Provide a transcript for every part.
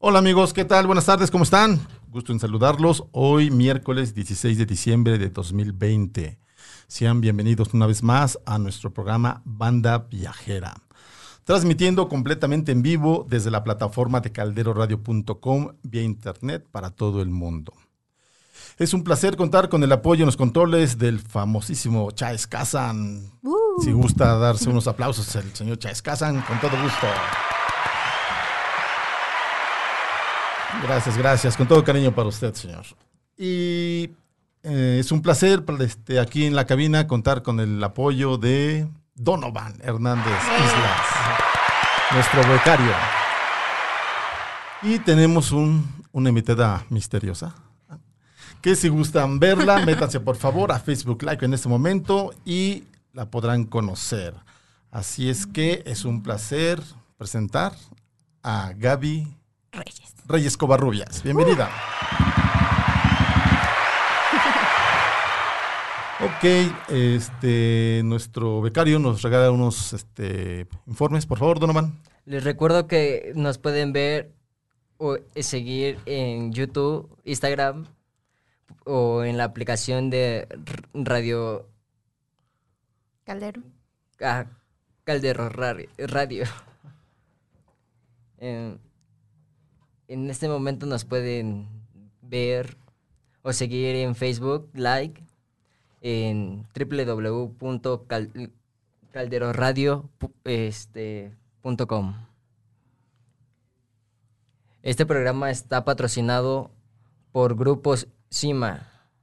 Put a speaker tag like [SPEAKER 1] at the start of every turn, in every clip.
[SPEAKER 1] Hola amigos, ¿qué tal? Buenas tardes, ¿cómo están? Gusto en saludarlos. Hoy miércoles 16 de diciembre de 2020. Sean bienvenidos una vez más a nuestro programa Banda Viajera. Transmitiendo completamente en vivo desde la plataforma de calderoradio.com vía internet para todo el mundo. Es un placer contar con el apoyo en los controles del famosísimo Chaes Kazan. Si gusta darse unos aplausos al señor Chaes Kazan, con todo gusto. Gracias, con todo cariño para usted, señor. Y es un placer aquí en la cabina contar con el apoyo de Donovan Hernández Islas, nuestro becario. Y tenemos una invitada misteriosa, que si gustan verla, métanse por favor a Facebook Live en este momento y la podrán conocer. Así es que es un placer presentar a Gaby Reyes Covarrubias. Bienvenida. Ok, nuestro becario nos regala unos informes, por favor, Donovan.
[SPEAKER 2] Les recuerdo que nos pueden ver o seguir en YouTube, Instagram o en la aplicación de Radio
[SPEAKER 3] Caldero.
[SPEAKER 2] Caldero Radio. En este momento nos pueden ver o seguir en Facebook, en www.calderoradio.com. Este programa está patrocinado por Grupos CIMA.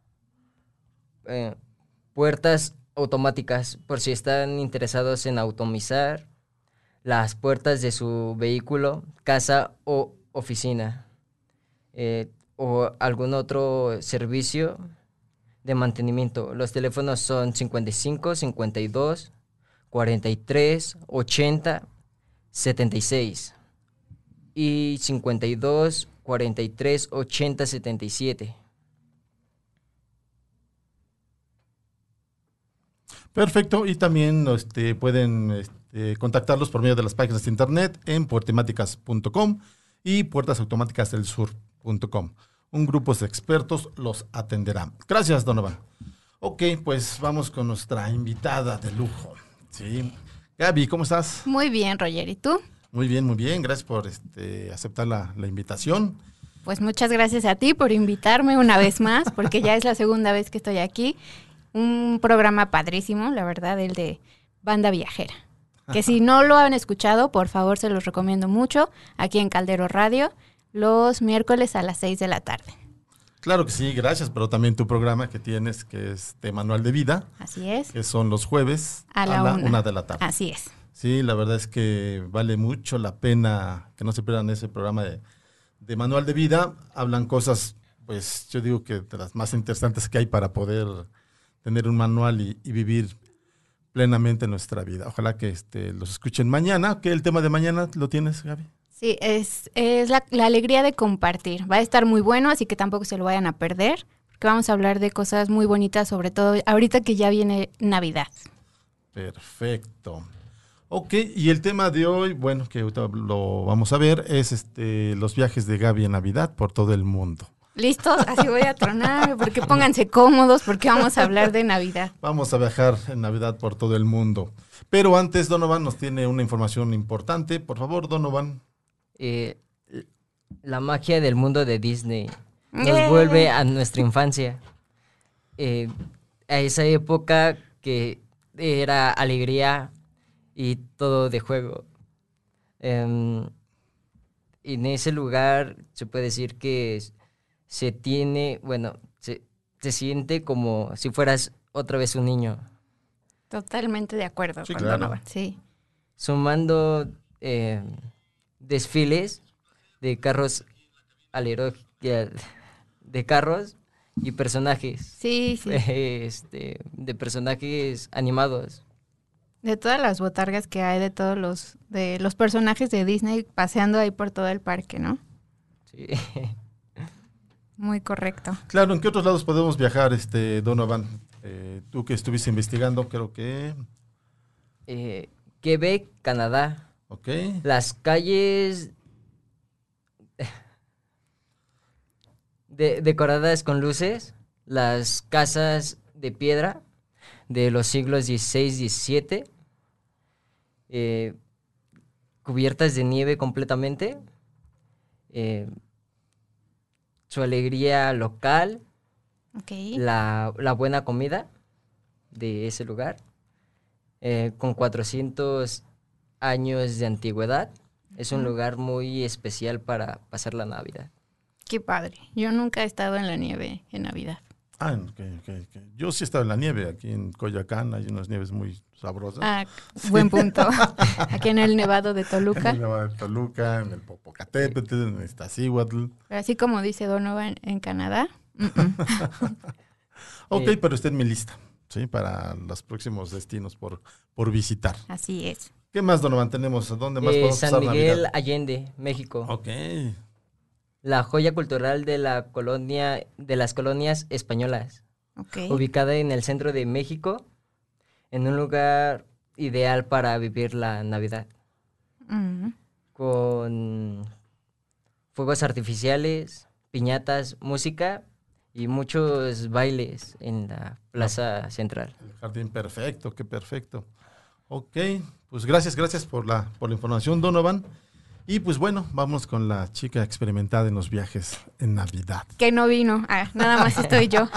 [SPEAKER 2] Puertas automáticas, por si están interesados en automizar las puertas de su vehículo, casa o oficina, o algún otro servicio de mantenimiento. Los teléfonos son 55 52 43 80 76 y 52 43 80 77.
[SPEAKER 1] Perfecto, y también pueden contactarlos por medio de las páginas de internet en puertemáticas.com y puertasautomáticasdelsur.com. Un grupo de expertos los atenderá. Gracias, Donovan. Ok, pues vamos con nuestra invitada de lujo. Sí. Gaby, ¿cómo estás?
[SPEAKER 3] Muy bien, Roger. ¿Y tú?
[SPEAKER 1] Muy bien. Gracias por aceptar la invitación.
[SPEAKER 3] Pues muchas gracias a ti por invitarme una vez más, porque ya es la segunda vez que estoy aquí. Un programa padrísimo, la verdad, el de Banda Viajera. Que si no lo han escuchado, por favor, se los recomiendo mucho, aquí en Caldero Radio, los miércoles a las 6 de la tarde.
[SPEAKER 1] Claro que sí, gracias, pero también tu programa que tienes, que es de Manual de Vida.
[SPEAKER 3] Así es.
[SPEAKER 1] Que son los jueves
[SPEAKER 3] a la
[SPEAKER 1] 1 de la tarde.
[SPEAKER 3] Así es.
[SPEAKER 1] Sí, la verdad es que vale mucho la pena que no se pierdan ese programa de Manual de Vida. Hablan cosas, pues yo digo que de las más interesantes que hay para poder tener un manual y vivir plenamente nuestra vida. Ojalá que los escuchen mañana. ¿Qué el tema de mañana lo tienes, Gaby?
[SPEAKER 3] Sí, es la alegría de compartir. Va a estar muy bueno, así que tampoco se lo vayan a perder, porque vamos a hablar de cosas muy bonitas, sobre todo ahorita que ya viene Navidad.
[SPEAKER 1] Perfecto. Ok, y el tema de hoy, bueno, que ahorita lo vamos a ver, es los viajes de Gaby en Navidad por todo el mundo.
[SPEAKER 3] ¿Listos? Así voy a tronar, porque pónganse cómodos, porque vamos a hablar de Navidad.
[SPEAKER 1] Vamos a viajar en Navidad por todo el mundo. Pero antes, Donovan nos tiene una información importante. Por favor, Donovan.
[SPEAKER 2] La magia del mundo de Disney nos vuelve a nuestra infancia. A esa época que era alegría y todo de juego. En ese lugar se puede decir que se siente como si fueras otra vez un niño.
[SPEAKER 3] Totalmente de acuerdo
[SPEAKER 1] sí,
[SPEAKER 3] con
[SPEAKER 1] claro.
[SPEAKER 3] Donovan. Sí.
[SPEAKER 2] Sumando desfiles de carros de carros y personajes.
[SPEAKER 3] Sí.
[SPEAKER 2] De personajes animados.
[SPEAKER 3] De todas las botargas que hay, de todos los personajes de Disney paseando ahí por todo el parque, ¿no?
[SPEAKER 2] Sí.
[SPEAKER 3] Muy correcto.
[SPEAKER 1] Claro, ¿en qué otros lados podemos viajar, Donovan? Tú que estuviste investigando, creo que...
[SPEAKER 2] Quebec, Canadá.
[SPEAKER 1] Ok.
[SPEAKER 2] Las calles decoradas con luces, las casas de piedra de los siglos XVI, XVII, cubiertas de nieve completamente, su alegría local,
[SPEAKER 3] Ok.
[SPEAKER 2] la buena comida de ese lugar, con 400 años de antigüedad. Es un lugar muy especial para pasar la Navidad.
[SPEAKER 3] Qué padre. Yo nunca he estado en la nieve en Navidad.
[SPEAKER 1] Ah, ok. Yo sí he estado en la nieve. Aquí en Coyoacán hay unas nieves muy sabrosas.
[SPEAKER 3] Ah, buen punto. Aquí en el Nevado de
[SPEAKER 1] En
[SPEAKER 3] Toluca.
[SPEAKER 1] el Nevado de Toluca, en el Popocatépetl, en el Iztaccíhuatl.
[SPEAKER 3] Pero así como dice Donovan en Canadá.
[SPEAKER 1] Ok, pero está en mi lista, ¿sí? Para los próximos destinos por visitar.
[SPEAKER 3] Así es.
[SPEAKER 1] ¿Qué más, Donovan, tenemos? ¿Dónde más podemos
[SPEAKER 2] San
[SPEAKER 1] pasar
[SPEAKER 2] Miguel
[SPEAKER 1] Navidad?
[SPEAKER 2] Allende, México.
[SPEAKER 1] Ok.
[SPEAKER 2] La joya cultural de la colonia, de las colonias españolas.
[SPEAKER 3] Ok.
[SPEAKER 2] Ubicada en el centro de México, en un lugar ideal para vivir la Navidad.
[SPEAKER 3] Mm.
[SPEAKER 2] Con fuegos artificiales, piñatas, música y muchos bailes en la plaza central.
[SPEAKER 1] El jardín perfecto, qué perfecto. Ok, pues gracias por la información, Donovan. Y pues bueno, vamos con la chica experimentada en los viajes en Navidad.
[SPEAKER 3] Que no vino. Ah, nada más estoy yo.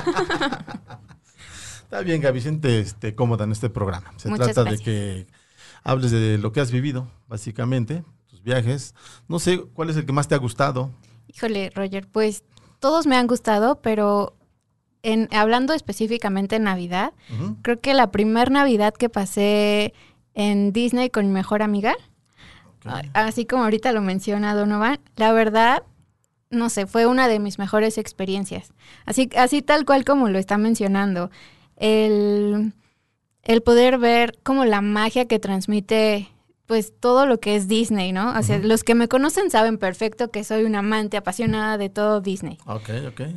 [SPEAKER 1] Está bien, Gaby, siente cómoda en este programa. Se
[SPEAKER 3] Muchas
[SPEAKER 1] trata
[SPEAKER 3] gracias.
[SPEAKER 1] de que hables de lo que has vivido, básicamente, tus viajes. No sé, ¿cuál es el que más te ha gustado?
[SPEAKER 3] Híjole, Roger, pues todos me han gustado, pero hablando específicamente en Navidad,
[SPEAKER 1] Ujú.
[SPEAKER 3] creo que la primer Navidad que pasé en Disney con mi mejor amiga,
[SPEAKER 1] Ok.
[SPEAKER 3] así como ahorita lo menciona Donovan, la verdad, no sé, fue una de mis mejores experiencias. Así tal cual como lo está mencionando. El poder ver como la magia que transmite pues todo lo que es Disney, ¿no? O sea,
[SPEAKER 1] Ujú.
[SPEAKER 3] los que me conocen saben perfecto que soy una amante apasionada de todo Disney.
[SPEAKER 1] Ok.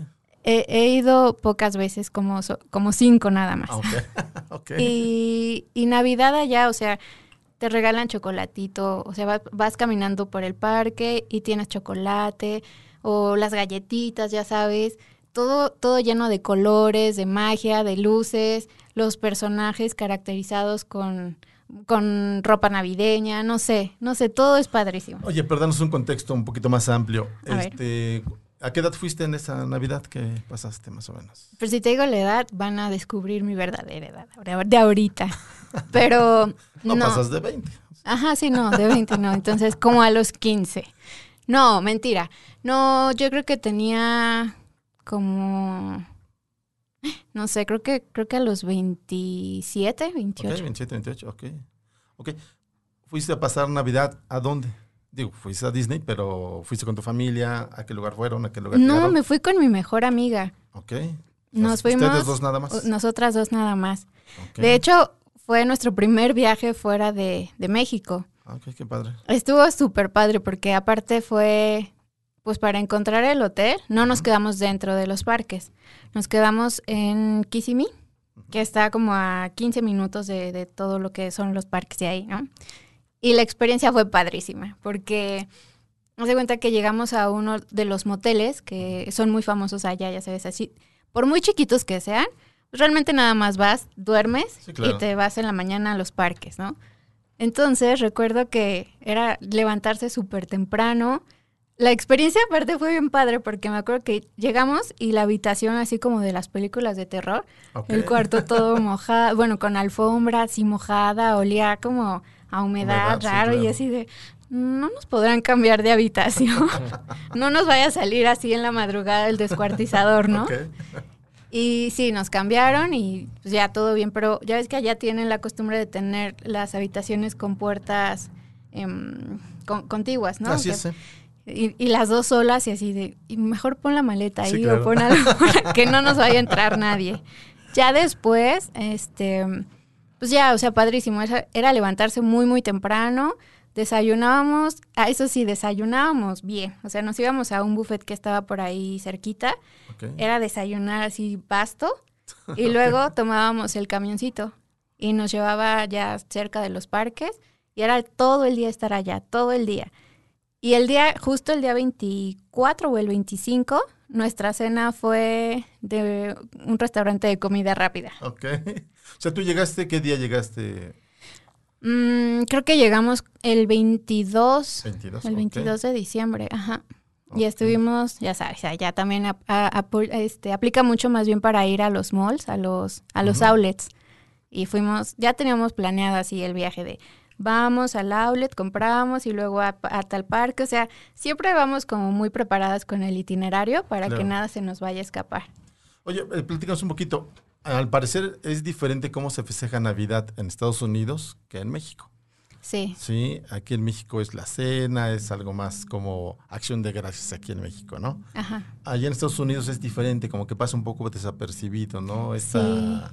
[SPEAKER 3] He ido pocas veces, como 5 nada más.
[SPEAKER 1] Ok. Ok.
[SPEAKER 3] Y Navidad allá, o sea, te regalan chocolatito, o sea, vas caminando por el parque y tienes chocolate o las galletitas, ya sabes, todo lleno de colores, de magia, de luces, los personajes caracterizados con ropa navideña, no sé, todo es padrísimo.
[SPEAKER 1] Oye, pero danos un contexto un poquito más amplio.
[SPEAKER 3] A ver.
[SPEAKER 1] ¿A qué edad fuiste en esa Navidad que pasaste, más o menos?
[SPEAKER 3] Pero si te digo la edad, van a descubrir mi verdadera edad, de ahorita. Pero
[SPEAKER 1] No pasas de 20.
[SPEAKER 3] Ajá, sí, no, de 20 no. Entonces, como a los 15. No, mentira. No, yo creo que tenía como, no sé, creo que a los 27, 28.
[SPEAKER 1] Ok, 27, 28, ok. ¿Fuiste a pasar Navidad a dónde? Digo, fuiste a Disney, pero ¿fuiste con tu familia? ¿A qué lugar fueron? ¿A qué lugar
[SPEAKER 3] No,
[SPEAKER 1] llegaron?
[SPEAKER 3] me fui con mi mejor amiga.
[SPEAKER 1] Ok.
[SPEAKER 3] Nos fuimos.
[SPEAKER 1] ¿Ustedes dos nada más?
[SPEAKER 3] Nosotras dos nada más.
[SPEAKER 1] Ok.
[SPEAKER 3] De hecho, fue nuestro primer viaje fuera de México.
[SPEAKER 1] Ok, qué padre.
[SPEAKER 3] Estuvo súper padre porque aparte fue, pues para encontrar el hotel, no nos quedamos dentro de los parques. Nos quedamos en Kissimmee, que está como a 15 minutos de todo lo que son los parques de ahí, ¿no? Y la experiencia fue padrísima porque nos de cuenta que llegamos a uno de los moteles que son muy famosos allá, ya sabes, así. Por muy chiquitos que sean, realmente nada más vas, duermes
[SPEAKER 1] Sí, claro.
[SPEAKER 3] y te vas en la mañana a los parques, ¿no? Entonces recuerdo que era levantarse súper temprano. La experiencia aparte fue bien padre porque me acuerdo que llegamos y la habitación así como de las películas de terror,
[SPEAKER 1] Ok.
[SPEAKER 3] el cuarto todo mojado, bueno, con alfombra así mojada, olía como a humedad,
[SPEAKER 1] Sí,
[SPEAKER 3] raro, y
[SPEAKER 1] claro.
[SPEAKER 3] así de, no nos podrán cambiar de habitación, no nos vaya a salir así en la madrugada el descuartizador, ¿no?
[SPEAKER 1] Ok.
[SPEAKER 3] Y sí, nos cambiaron y pues ya todo bien, pero ya ves que allá tienen la costumbre de tener las habitaciones con puertas contiguas, ¿no?
[SPEAKER 1] Así
[SPEAKER 3] Que-
[SPEAKER 1] es, sí.
[SPEAKER 3] y las dos solas y así de, y mejor pon la maleta ahí
[SPEAKER 1] Sí, claro.
[SPEAKER 3] o pon algo para que no nos vaya a entrar nadie. Ya después, pues ya, o sea, padrísimo, era levantarse muy, muy temprano, desayunábamos, eso sí, desayunábamos bien, o sea, nos íbamos a un buffet que estaba por ahí cerquita,
[SPEAKER 1] Ok.
[SPEAKER 3] era desayunar así basto y luego tomábamos el camioncito y nos llevaba ya cerca de los parques y era todo el día estar allá, todo el día. Y justo el día 24 o el 25, nuestra cena fue de un restaurante de comida rápida.
[SPEAKER 1] Ok. O sea, ¿tú llegaste? ¿Qué día llegaste?
[SPEAKER 3] Creo que llegamos el 22,
[SPEAKER 1] 22.
[SPEAKER 3] el 22 de diciembre, ajá. Y
[SPEAKER 1] Ok.
[SPEAKER 3] estuvimos, ya sabes, allá también aplica mucho más bien para ir a los malls, a los
[SPEAKER 1] Ujú.
[SPEAKER 3] outlets. Y fuimos, ya teníamos planeado así el viaje de vamos al outlet, compramos y luego a tal parque. O sea, siempre vamos como muy preparadas con el itinerario para que
[SPEAKER 1] Claro.
[SPEAKER 3] nada se nos vaya a escapar.
[SPEAKER 1] Oye, platícanos un poquito. Al parecer es diferente cómo se festeja Navidad en Estados Unidos que en México.
[SPEAKER 3] Sí,
[SPEAKER 1] Sí, aquí en México es la cena, es algo más como acción de gracias aquí en México, ¿no?
[SPEAKER 3] ajá.
[SPEAKER 1] Allá en Estados Unidos es diferente, como que pasa un poco desapercibido, ¿no?
[SPEAKER 3] Sí.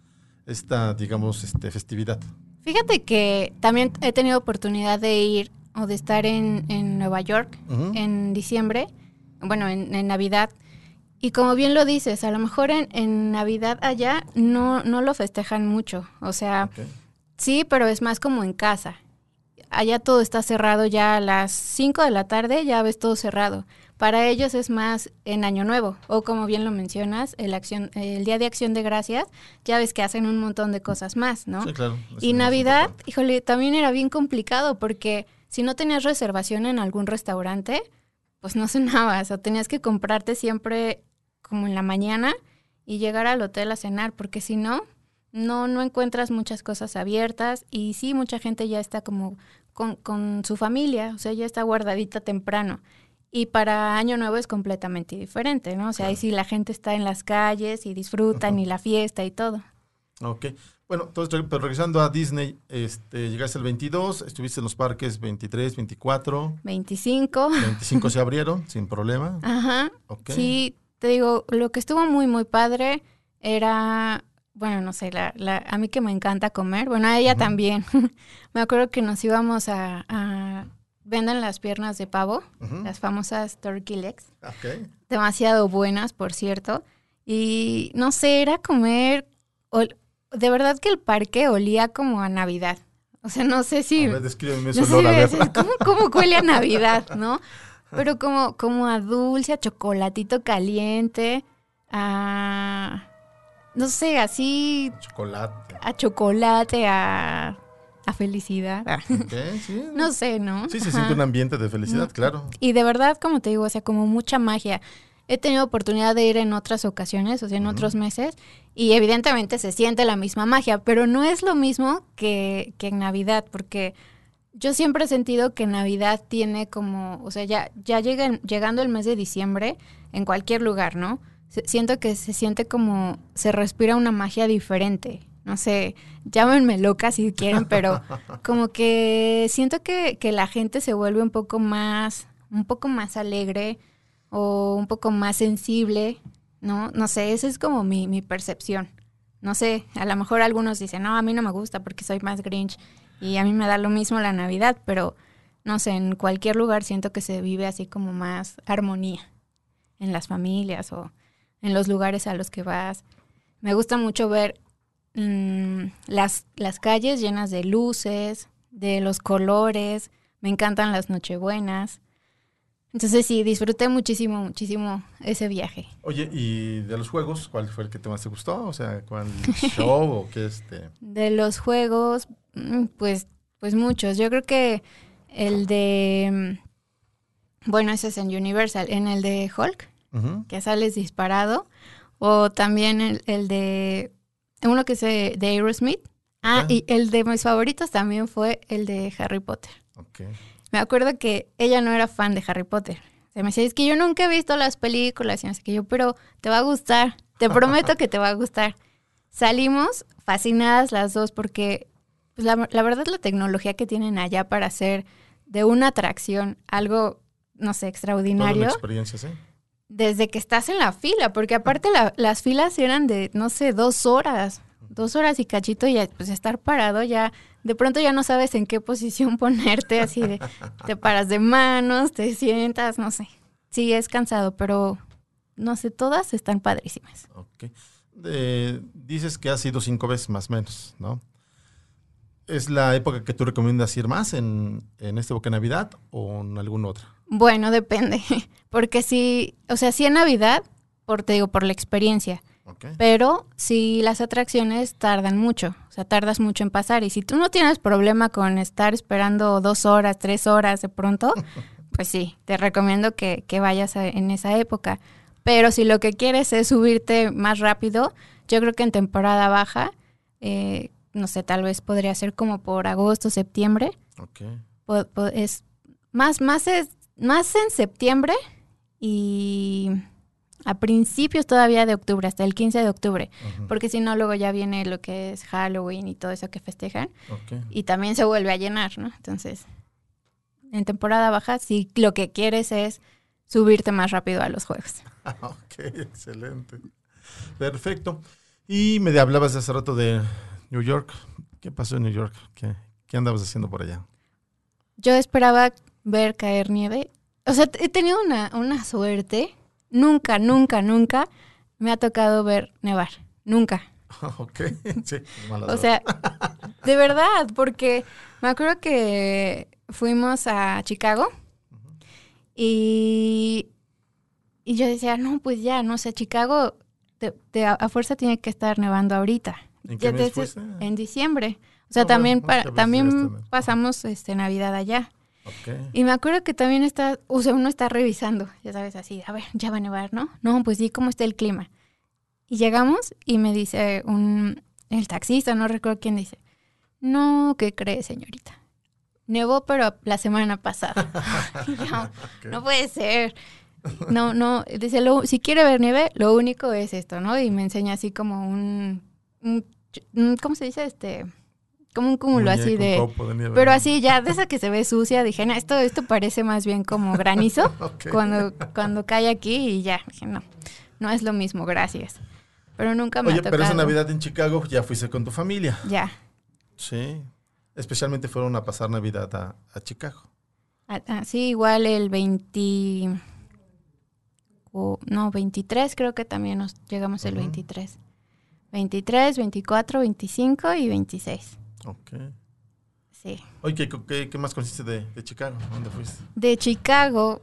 [SPEAKER 1] Esta digamos, festividad.
[SPEAKER 3] Fíjate que también he tenido oportunidad de ir o de estar en Nueva York
[SPEAKER 1] Ujú.
[SPEAKER 3] en diciembre, bueno, en Navidad. Y como bien lo dices, a lo mejor en Navidad allá no lo festejan mucho. O sea,
[SPEAKER 1] Ok.
[SPEAKER 3] sí, pero es más como en casa. Allá todo está cerrado ya a las 5 de la tarde, ya ves todo cerrado. Para ellos es más en Año Nuevo, o como bien lo mencionas, el Día de Acción de Gracias, ya ves que hacen un montón de cosas más, ¿no?
[SPEAKER 1] Sí, claro. Es
[SPEAKER 3] Y
[SPEAKER 1] el más
[SPEAKER 3] Navidad,
[SPEAKER 1] importante.
[SPEAKER 3] híjole, también era bien complicado porque si no tenías reservación en algún restaurante, pues no cenabas, o tenías que comprarte siempre como en la mañana y llegar al hotel a cenar, porque si no, no encuentras muchas cosas abiertas y sí, mucha gente ya está como con su familia, o sea, ya está guardadita temprano. Y para Año Nuevo es completamente diferente, ¿no? O sea, ahí
[SPEAKER 1] Claro.
[SPEAKER 3] sí la gente está en las calles y disfrutan y la fiesta y todo.
[SPEAKER 1] Ok. Bueno, entonces, pero regresando a Disney, llegaste el 22, estuviste en los parques 23, 24,
[SPEAKER 3] 25.
[SPEAKER 1] 25 se abrieron sin problema.
[SPEAKER 3] Ajá.
[SPEAKER 1] Ok.
[SPEAKER 3] Sí, te digo, lo que estuvo muy, muy padre era, bueno, no sé, a mí que me encanta comer, bueno, a ella
[SPEAKER 1] Ujú.
[SPEAKER 3] también. Me acuerdo que nos íbamos venden las piernas de pavo,
[SPEAKER 1] Ujú.
[SPEAKER 3] las famosas turkey legs,
[SPEAKER 1] Ok.
[SPEAKER 3] demasiado buenas, por cierto. Y no sé, era comer, de verdad que el parque olía como a Navidad. O sea, no sé
[SPEAKER 1] A
[SPEAKER 3] si,
[SPEAKER 1] ver, descríbeme ese
[SPEAKER 3] no sé si
[SPEAKER 1] olor, a
[SPEAKER 3] me
[SPEAKER 1] ver.
[SPEAKER 3] decís, ¿cómo huele a Navidad, no? Pero como a dulce, a chocolatito caliente, a, no sé, así,
[SPEAKER 1] Chocolate.
[SPEAKER 3] a chocolate, a felicidad.
[SPEAKER 1] Ok, sí.
[SPEAKER 3] No sé, ¿no?
[SPEAKER 1] Sí, se siente un
[SPEAKER 3] Ajá.
[SPEAKER 1] ambiente de felicidad, claro.
[SPEAKER 3] Y de verdad, como te digo, o sea, como mucha magia. He tenido oportunidad de ir en otras ocasiones, o sea, en
[SPEAKER 1] Ujú.
[SPEAKER 3] otros meses, y evidentemente se siente la misma magia, pero no es lo mismo que en Navidad, porque yo siempre he sentido que Navidad tiene como, o sea, ya llegando el mes de diciembre, en cualquier lugar, ¿no? Siento que se siente como, se respira una magia diferente. No sé, llámenme loca si quieren, pero como que siento que la gente se vuelve un poco más alegre o un poco más sensible, ¿no? No sé, esa es como mi percepción. No sé, a lo mejor algunos dicen, no, a mí no me gusta porque soy más Grinch y a mí me da lo mismo la Navidad, pero no sé, en cualquier lugar siento que se vive así como más armonía en las familias o en los lugares a los que vas. Me gusta mucho ver las calles llenas de luces, de los colores, me encantan las nochebuenas. Entonces sí, disfruté muchísimo, muchísimo ese viaje.
[SPEAKER 1] Oye, y de los juegos, ¿cuál fue el que más te gustó? O sea, ¿cuál show o qué
[SPEAKER 3] De los juegos, pues muchos. Yo creo que el de, bueno, ese es en Universal, en el de Hulk,
[SPEAKER 1] Ujú.
[SPEAKER 3] que sales disparado, o también el de, uno que es de Aerosmith. Ah,
[SPEAKER 1] Ok.
[SPEAKER 3] y el de mis favoritos también fue el de Harry Potter.
[SPEAKER 1] Ok.
[SPEAKER 3] Me acuerdo que ella no era fan de Harry Potter. Se me decía, es que yo nunca he visto las películas, y no sé qué, yo, pero te va a gustar, te prometo que te va a gustar. Salimos fascinadas las dos porque pues, la verdad la tecnología que tienen allá para hacer de una atracción algo, no sé,
[SPEAKER 1] Toda una
[SPEAKER 3] extraordinario,
[SPEAKER 1] experiencia, sí.
[SPEAKER 3] desde que estás en la fila, porque aparte las filas eran de, no sé, 2 horas y cachito y pues estar parado ya, de pronto ya no sabes en qué posición ponerte, así de, te paras de manos, te sientas, no sé. Sí, es cansado, pero no sé, todas están padrísimas.
[SPEAKER 1] Ok. Dices que has ido 5 veces más o menos, ¿no? ¿Es la época que tú recomiendas ir más en esta época de Navidad o en alguna otra?
[SPEAKER 3] Bueno, depende, porque sí, o sea, sí en Navidad, te digo, por la experiencia,
[SPEAKER 1] Okay.
[SPEAKER 3] pero sí las atracciones tardan mucho, o sea, tardas mucho en pasar, y si tú no tienes problema con estar esperando 2 horas, 3 horas de pronto, pues sí, te recomiendo que vayas en esa época, pero si lo que quieres es subirte más rápido, yo creo que en temporada baja, no sé, tal vez podría ser como por agosto, septiembre,
[SPEAKER 1] Okay.
[SPEAKER 3] es más en septiembre y a principios todavía de octubre, hasta el 15 de octubre,
[SPEAKER 1] Uh-huh.
[SPEAKER 3] porque si no luego ya viene lo que es Halloween y todo eso que festejan
[SPEAKER 1] Okay.
[SPEAKER 3] y también se vuelve a llenar, ¿no? Entonces, en temporada baja, si lo que quieres es subirte más rápido a los juegos.
[SPEAKER 1] Ok, excelente. Perfecto. Y me hablabas hace rato de New York. ¿Qué pasó en New York? ¿Qué andabas haciendo por allá?
[SPEAKER 3] Yo esperaba ver caer nieve. O sea, he tenido una suerte. Nunca me ha tocado ver nevar. Nunca.
[SPEAKER 1] Ok, sí, mala
[SPEAKER 3] O
[SPEAKER 1] suerte.
[SPEAKER 3] sea, de verdad, porque me acuerdo que fuimos a Chicago y yo decía, no, pues ya, no sé, Chicago a fuerza tiene que estar nevando ahorita.
[SPEAKER 1] ¿En qué mes
[SPEAKER 3] Desde-
[SPEAKER 1] fuiste?
[SPEAKER 3] En diciembre. O sea,
[SPEAKER 1] Ah, bueno,
[SPEAKER 3] también,
[SPEAKER 1] ya ves, ya
[SPEAKER 3] también
[SPEAKER 1] está.
[SPEAKER 3] pasamos Navidad allá.
[SPEAKER 1] Ok.
[SPEAKER 3] Y me acuerdo que también uno está revisando, ya sabes, así, a ver, ya va a nevar, ¿no? No, pues sí, ¿cómo está el clima? Y llegamos y me dice el taxista, no recuerdo quién dice, no, ¿qué cree, señorita? Nevó, pero la semana pasada. Y yo,
[SPEAKER 1] Ok.
[SPEAKER 3] no puede ser. No, dice, si quiere ver nieve, lo único es esto, ¿no? Y me enseña así como ¿cómo se dice? Como un cúmulo así
[SPEAKER 1] Muñeco, un
[SPEAKER 3] de...
[SPEAKER 1] copo de nieve.
[SPEAKER 3] Pero así ya, de esa que se ve sucia, dije, no, esto parece más bien como granizo
[SPEAKER 1] Ok.
[SPEAKER 3] cuando cae aquí y ya, dije, no es lo mismo, gracias. Pero nunca me ha
[SPEAKER 1] Oye, pero esa
[SPEAKER 3] tocado.
[SPEAKER 1] Navidad en Chicago ya fuiste con tu familia.
[SPEAKER 3] Ya.
[SPEAKER 1] Sí. Especialmente fueron a pasar Navidad a Chicago.
[SPEAKER 3] Sí, igual el 23 creo que también nos llegamos el
[SPEAKER 1] Ujú.
[SPEAKER 3] 23. 23, 24, 25 y 26.
[SPEAKER 1] Ok.
[SPEAKER 3] Sí.
[SPEAKER 1] Oye, ¿qué más conociste de Chicago? ¿Dónde fuiste?
[SPEAKER 3] De Chicago,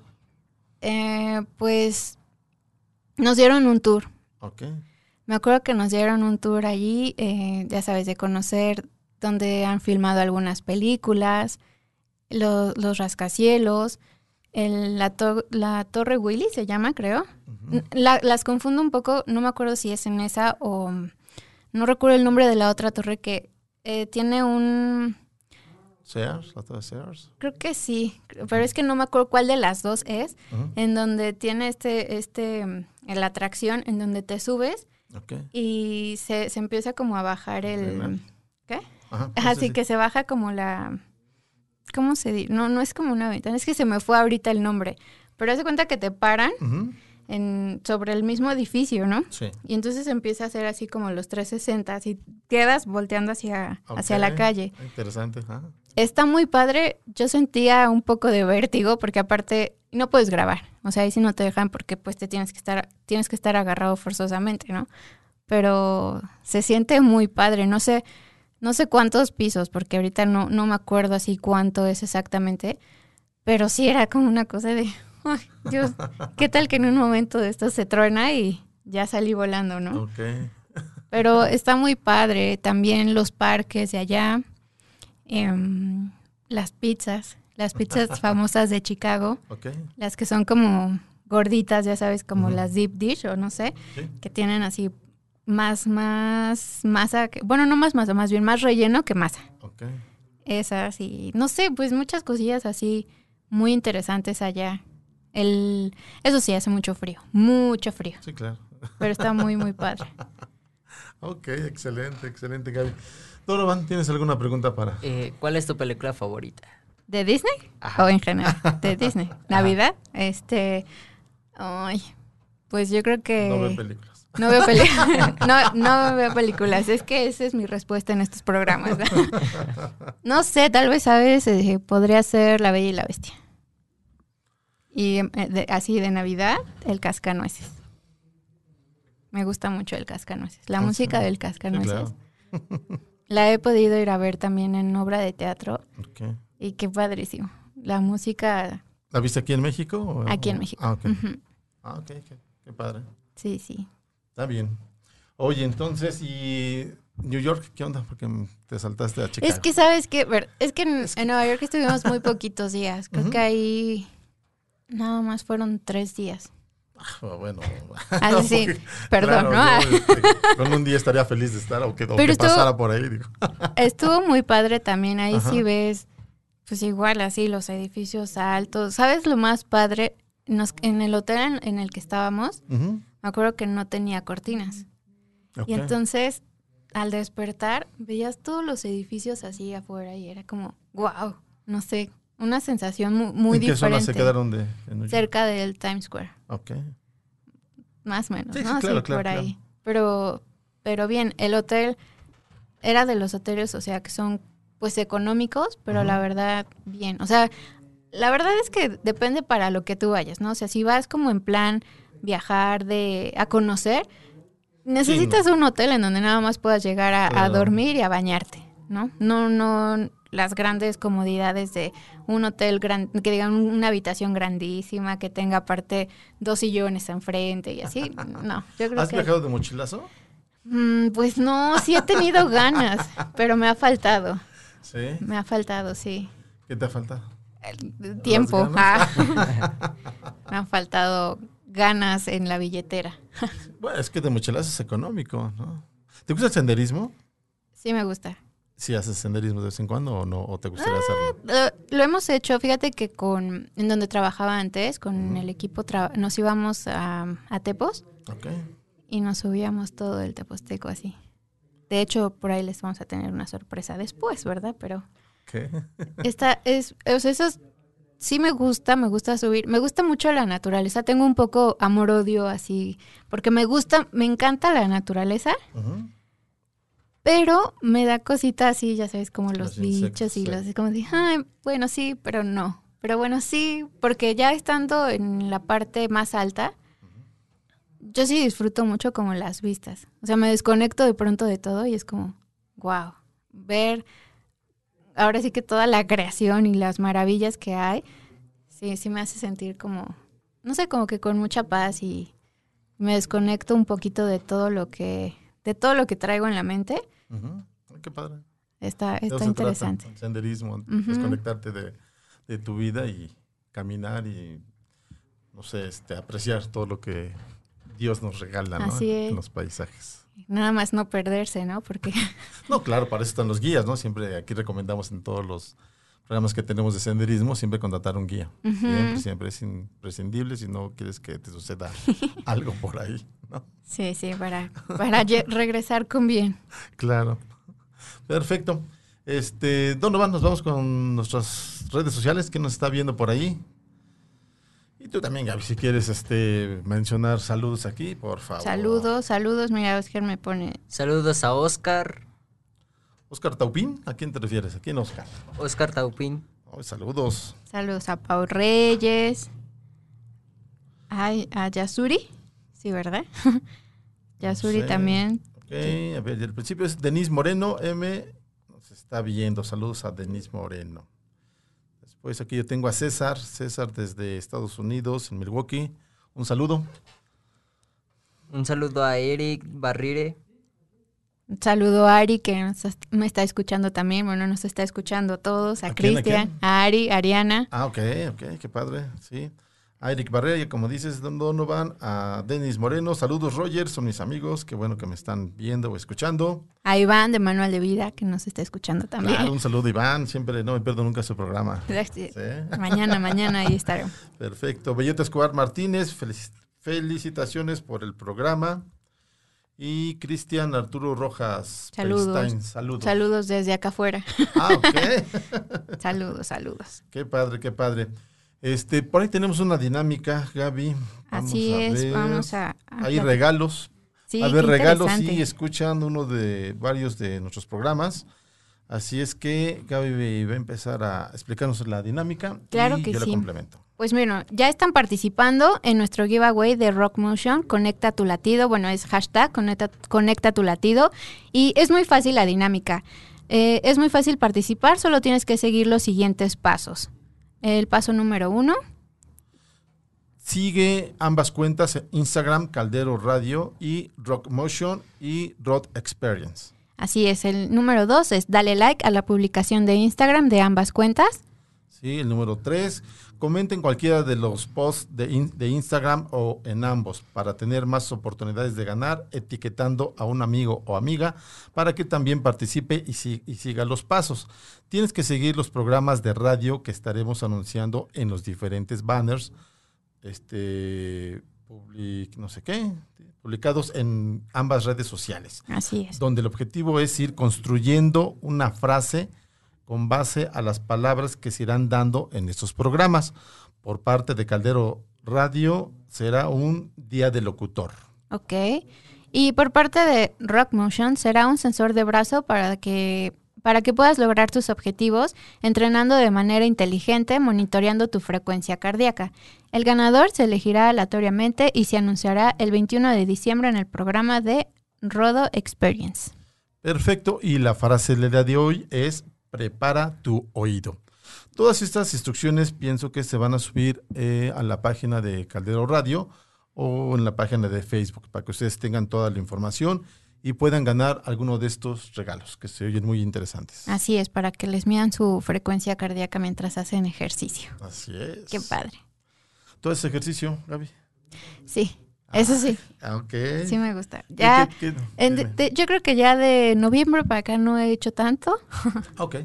[SPEAKER 3] pues nos dieron un tour.
[SPEAKER 1] Ok.
[SPEAKER 3] Me acuerdo que nos dieron un tour allí, ya sabes, de conocer donde han filmado algunas películas, los rascacielos, la Torre Willy se llama, creo.
[SPEAKER 1] Ujú.
[SPEAKER 3] Las confundo un poco, no me acuerdo si es en esa o no recuerdo el nombre de la otra torre que tiene
[SPEAKER 1] Sears, la torre Sears.
[SPEAKER 3] creo que sí, pero es que no me acuerdo cuál de las dos es,
[SPEAKER 1] Ujú.
[SPEAKER 3] en donde tiene la atracción en donde te subes
[SPEAKER 1] Ok.
[SPEAKER 3] y se empieza como a bajar
[SPEAKER 1] ¿Drenar?
[SPEAKER 3] ¿qué?
[SPEAKER 1] Ajá.
[SPEAKER 3] Así que se baja como ¿cómo se dice? No es como una ventana, es que se me fue ahorita el nombre, pero haz de cuenta que te paran
[SPEAKER 1] Ujú.
[SPEAKER 3] sobre el mismo edificio, ¿no?
[SPEAKER 1] Sí.
[SPEAKER 3] Y entonces empieza a hacer así como los 360 y quedas volteando hacia
[SPEAKER 1] Ok.
[SPEAKER 3] la calle.
[SPEAKER 1] Interesante. Ajá.
[SPEAKER 3] Está muy padre. Yo sentía un poco de vértigo porque aparte no puedes grabar. O sea, ahí sí no te dejan porque pues tienes que estar agarrado forzosamente, ¿no? Pero se siente muy padre. No sé cuántos pisos porque ahorita no me acuerdo así cuánto es exactamente. Pero sí era como una cosa de, ay, Dios, ¿qué tal que en un momento de esto se truena y ya salí volando, ¿no?
[SPEAKER 1] Ok.
[SPEAKER 3] Pero está muy padre. También los parques de allá. Las pizzas famosas de Chicago,
[SPEAKER 1] Ok.
[SPEAKER 3] las que son como gorditas, ya sabes, como
[SPEAKER 1] Ujú.
[SPEAKER 3] las deep dish o no sé,
[SPEAKER 1] Sí.
[SPEAKER 3] que tienen así más masa, bueno, no más masa, más bien más relleno que masa.
[SPEAKER 1] Ok.
[SPEAKER 3] Esas y no sé, pues muchas cosillas así muy interesantes allá. Eso sí, hace mucho frío,
[SPEAKER 1] Sí, claro.
[SPEAKER 3] pero está muy, muy padre.
[SPEAKER 1] Ok, excelente, Gaby. Donovan, ¿tienes alguna pregunta para?
[SPEAKER 2] ¿Cuál es tu película favorita?
[SPEAKER 3] ¿De Disney?
[SPEAKER 1] Ajá.
[SPEAKER 3] ¿O en general? De Disney. ¿Navidad? Ay, pues yo creo que...
[SPEAKER 1] No veo películas.
[SPEAKER 3] No veo no veo películas. Es que esa es mi respuesta en estos programas. No sé, tal vez, ¿sabes? Podría ser La Bella y la Bestia. Y así de Navidad, El Cascanueces. Me gusta mucho El Cascanueces. La música
[SPEAKER 1] Sí.
[SPEAKER 3] del
[SPEAKER 1] Sí,
[SPEAKER 3] Cascanueces.
[SPEAKER 1] claro.
[SPEAKER 3] La he podido ir a ver también en obra de teatro
[SPEAKER 1] Okay.
[SPEAKER 3] y qué padrísimo. La música
[SPEAKER 1] ¿La viste aquí en México?
[SPEAKER 3] aquí en México.
[SPEAKER 1] Ah, ok.
[SPEAKER 3] Ujú.
[SPEAKER 1] Ah, ok, qué padre.
[SPEAKER 3] Sí, sí.
[SPEAKER 1] Está bien. Oye, entonces, ¿y New York qué onda? Porque te saltaste a Chicago.
[SPEAKER 3] Es que, ¿sabes qué? Es que en Nueva York estuvimos muy poquitos días. Creo que ahí nada más fueron 3 días.
[SPEAKER 1] Bueno.
[SPEAKER 3] Así sí,
[SPEAKER 1] Porque,
[SPEAKER 3] perdón,
[SPEAKER 1] claro,
[SPEAKER 3] ¿no?
[SPEAKER 1] yo, con un día estaría feliz de estar, o que pasara por ahí. Digo.
[SPEAKER 3] Estuvo muy padre también. Ahí
[SPEAKER 1] Ajá.
[SPEAKER 3] sí ves, pues igual así, los edificios altos. ¿Sabes lo más padre? En el hotel en el que estábamos,
[SPEAKER 1] Ujú.
[SPEAKER 3] me acuerdo que no tenía cortinas.
[SPEAKER 1] Ok.
[SPEAKER 3] Y entonces, al despertar, veías todos los edificios así afuera y era como, wow, no sé, una sensación muy
[SPEAKER 1] ¿En qué zona
[SPEAKER 3] diferente.
[SPEAKER 1] se quedaron de New York?
[SPEAKER 3] Cerca del Times Square,
[SPEAKER 1] Ok.
[SPEAKER 3] más o menos,
[SPEAKER 1] Sí, sí,
[SPEAKER 3] ¿no?
[SPEAKER 1] claro,
[SPEAKER 3] Sí,
[SPEAKER 1] claro,
[SPEAKER 3] por ahí.
[SPEAKER 1] claro.
[SPEAKER 3] Pero bien, el hotel era de los hoteles, o sea, que son pues económicos, pero la verdad, bien. O sea, la verdad es que depende para lo que tú vayas, ¿no? O sea, si vas como en plan viajar a conocer, necesitas un hotel en donde nada más puedas llegar a
[SPEAKER 1] Claro.
[SPEAKER 3] dormir y a bañarte, ¿no? No las grandes comodidades de un hotel que digan una habitación grandísima, que tenga aparte 2 sillones enfrente y así. No, yo creo
[SPEAKER 1] ¿Has
[SPEAKER 3] que...
[SPEAKER 1] viajado de mochilazo?
[SPEAKER 3] Pues no, sí he tenido ganas, pero me ha faltado.
[SPEAKER 1] Sí.
[SPEAKER 3] Me ha faltado, sí.
[SPEAKER 1] ¿Qué te falta?
[SPEAKER 3] Tiempo.
[SPEAKER 1] ganas?
[SPEAKER 3] Me han faltado ganas en la billetera.
[SPEAKER 1] Bueno, es que de mochilazo es económico, ¿no? ¿Te gusta el senderismo?
[SPEAKER 3] Sí me gusta.
[SPEAKER 1] ¿Sí haces senderismo de vez en cuando o no? ¿O te gustaría hacerlo?
[SPEAKER 3] Lo hemos hecho, fíjate que en donde trabajaba antes, con el equipo, nos íbamos a Tepos
[SPEAKER 1] Ok.
[SPEAKER 3] y nos subíamos todo el Teposteco así. De hecho, por ahí les vamos a tener una sorpresa después, ¿verdad? Pero
[SPEAKER 1] ¿Qué?
[SPEAKER 3] o sea, eso sí me gusta subir. Me gusta mucho la naturaleza. Tengo un poco amor-odio así, porque me encanta la naturaleza,
[SPEAKER 1] Ujú.
[SPEAKER 3] pero me da cosita así, ya sabes, como
[SPEAKER 1] Los
[SPEAKER 3] los bichos
[SPEAKER 1] insectos,
[SPEAKER 3] y
[SPEAKER 1] sí.
[SPEAKER 3] los, como de, ay, bueno, sí, pero no. Pero bueno, sí, porque ya estando en la parte más alta, yo sí disfruto mucho como las vistas. O sea, me desconecto de pronto de todo y es como, wow, ver ahora sí que toda la creación y las maravillas que hay, sí me hace sentir como, no sé, como que con mucha paz y me desconecto un poquito de todo lo que traigo en la mente.
[SPEAKER 1] Ujú. Ay, qué padre.
[SPEAKER 3] Está
[SPEAKER 1] De eso se
[SPEAKER 3] interesante.
[SPEAKER 1] trata, el senderismo,
[SPEAKER 3] Ujú.
[SPEAKER 1] desconectarte de tu vida y caminar y, no sé, apreciar todo lo que Dios nos regala, ¿no?
[SPEAKER 3] Así es.
[SPEAKER 1] En los paisajes.
[SPEAKER 3] Nada más no perderse, ¿no? Porque
[SPEAKER 1] No, claro, para eso están los guías, ¿no? Siempre aquí recomendamos en todos los programas que tenemos de senderismo, siempre contratar un guía. Siempre es imprescindible si no quieres que te suceda algo por ahí, ¿no?
[SPEAKER 3] sí, para regresar con bien.
[SPEAKER 1] Claro. Perfecto. Donovan, nos vamos con nuestras redes sociales. ¿Quién nos está viendo por ahí? Y tú también, Gaby, si quieres mencionar saludos aquí, por favor.
[SPEAKER 3] Saludos. Mira, Oscar me pone.
[SPEAKER 2] Saludos a Oscar
[SPEAKER 1] Oscar Taupín, ¿a quién te refieres? ¿A quién, Oscar?
[SPEAKER 2] Taupín.
[SPEAKER 1] Oh, saludos.
[SPEAKER 3] Saludos a Pau Reyes. Ay, a Yasuri. Sí, ¿verdad? Yasuri
[SPEAKER 1] No sé.
[SPEAKER 3] también.
[SPEAKER 1] Ok, a ver, el principio es Denise Moreno M. Nos está viendo. Saludos a Denise Moreno. Después aquí yo tengo a César desde Estados Unidos, en Milwaukee. Un saludo.
[SPEAKER 2] Un saludo a Eric Barrire.
[SPEAKER 3] Un saludo a Ari, que me está escuchando también. Bueno, nos está escuchando a todos. A
[SPEAKER 1] ¿A quién,
[SPEAKER 3] Cristian,
[SPEAKER 1] quién?
[SPEAKER 3] a Ari, a Ariana.
[SPEAKER 1] Ah, ok, qué padre, sí. A Eric Barrera, y como dices, Donovan, a Denis Moreno, saludos Roger, son mis amigos, qué bueno que me están viendo o escuchando.
[SPEAKER 3] A Iván de Manual de Vida, que nos está escuchando también.
[SPEAKER 1] Claro, un saludo Iván, siempre no me pierdo nunca su programa.
[SPEAKER 3] Sí.
[SPEAKER 1] ¿Sí?
[SPEAKER 3] Mañana ahí estaremos.
[SPEAKER 1] Perfecto, Bellota Escobar Martínez, felicitaciones por el programa. Y Cristian Arturo Rojas, Peristain, saludos.
[SPEAKER 3] Saludos desde acá afuera.
[SPEAKER 1] Ah, ok.
[SPEAKER 3] Saludos.
[SPEAKER 1] Qué padre, qué padre. Por ahí tenemos una dinámica, Gaby.
[SPEAKER 3] Así es, vamos a
[SPEAKER 1] Hay regalos.
[SPEAKER 3] Sí,
[SPEAKER 1] a ver, regalos
[SPEAKER 3] interesante.
[SPEAKER 1] y escuchan varios de nuestros programas. Así es que Gaby va a empezar a explicarnos la dinámica
[SPEAKER 3] Claro
[SPEAKER 1] y
[SPEAKER 3] que
[SPEAKER 1] yo la
[SPEAKER 3] sí.
[SPEAKER 1] complemento.
[SPEAKER 3] Pues bueno, ya están participando en nuestro giveaway de Rock Motion, Conecta tu latido, bueno, es hashtag Conecta tu latido, y es muy fácil la dinámica. Es muy fácil participar, solo tienes que seguir los siguientes pasos. El paso número 1.
[SPEAKER 1] Sigue ambas cuentas, Instagram, Caldero Radio y Rock Motion y Rock Experience.
[SPEAKER 3] Así es, el número 2 es dale like a la publicación de Instagram de ambas cuentas.
[SPEAKER 1] Sí, el número 3, comenten cualquiera de los posts de Instagram o en ambos para tener más oportunidades de ganar, etiquetando a un amigo o amiga para que también participe y siga los pasos. Tienes que seguir los programas de radio que estaremos anunciando en los diferentes banners, no sé qué, publicados en ambas redes sociales.
[SPEAKER 3] Así es.
[SPEAKER 1] Donde el objetivo es ir construyendo una frase con base a las palabras que se irán dando en estos programas. Por parte de Caldero Radio será un día de locutor.
[SPEAKER 3] Ok. Y por parte de Rock Motion será un sensor de brazo para que puedas lograr tus objetivos entrenando de manera inteligente, monitoreando tu frecuencia cardíaca. El ganador se elegirá aleatoriamente y se anunciará el 21 de diciembre en el programa de Rodo Experience.
[SPEAKER 1] Perfecto. Y la frase del día de hoy es: prepara tu oído. Todas estas instrucciones pienso que se van a subir a la página de Caldero Radio o en la página de Facebook para que ustedes tengan toda la información y puedan ganar alguno de estos regalos que se oyen muy interesantes.
[SPEAKER 3] Así es, para que les midan su frecuencia cardíaca mientras hacen ejercicio.
[SPEAKER 1] Así es.
[SPEAKER 3] Qué padre.
[SPEAKER 1] ¿Todo ese ejercicio, Gaby?
[SPEAKER 3] Sí, eso sí.
[SPEAKER 1] Ok.
[SPEAKER 3] Sí me gusta. Ya, yo creo que ya de noviembre para acá no he hecho tanto.
[SPEAKER 1] Ok.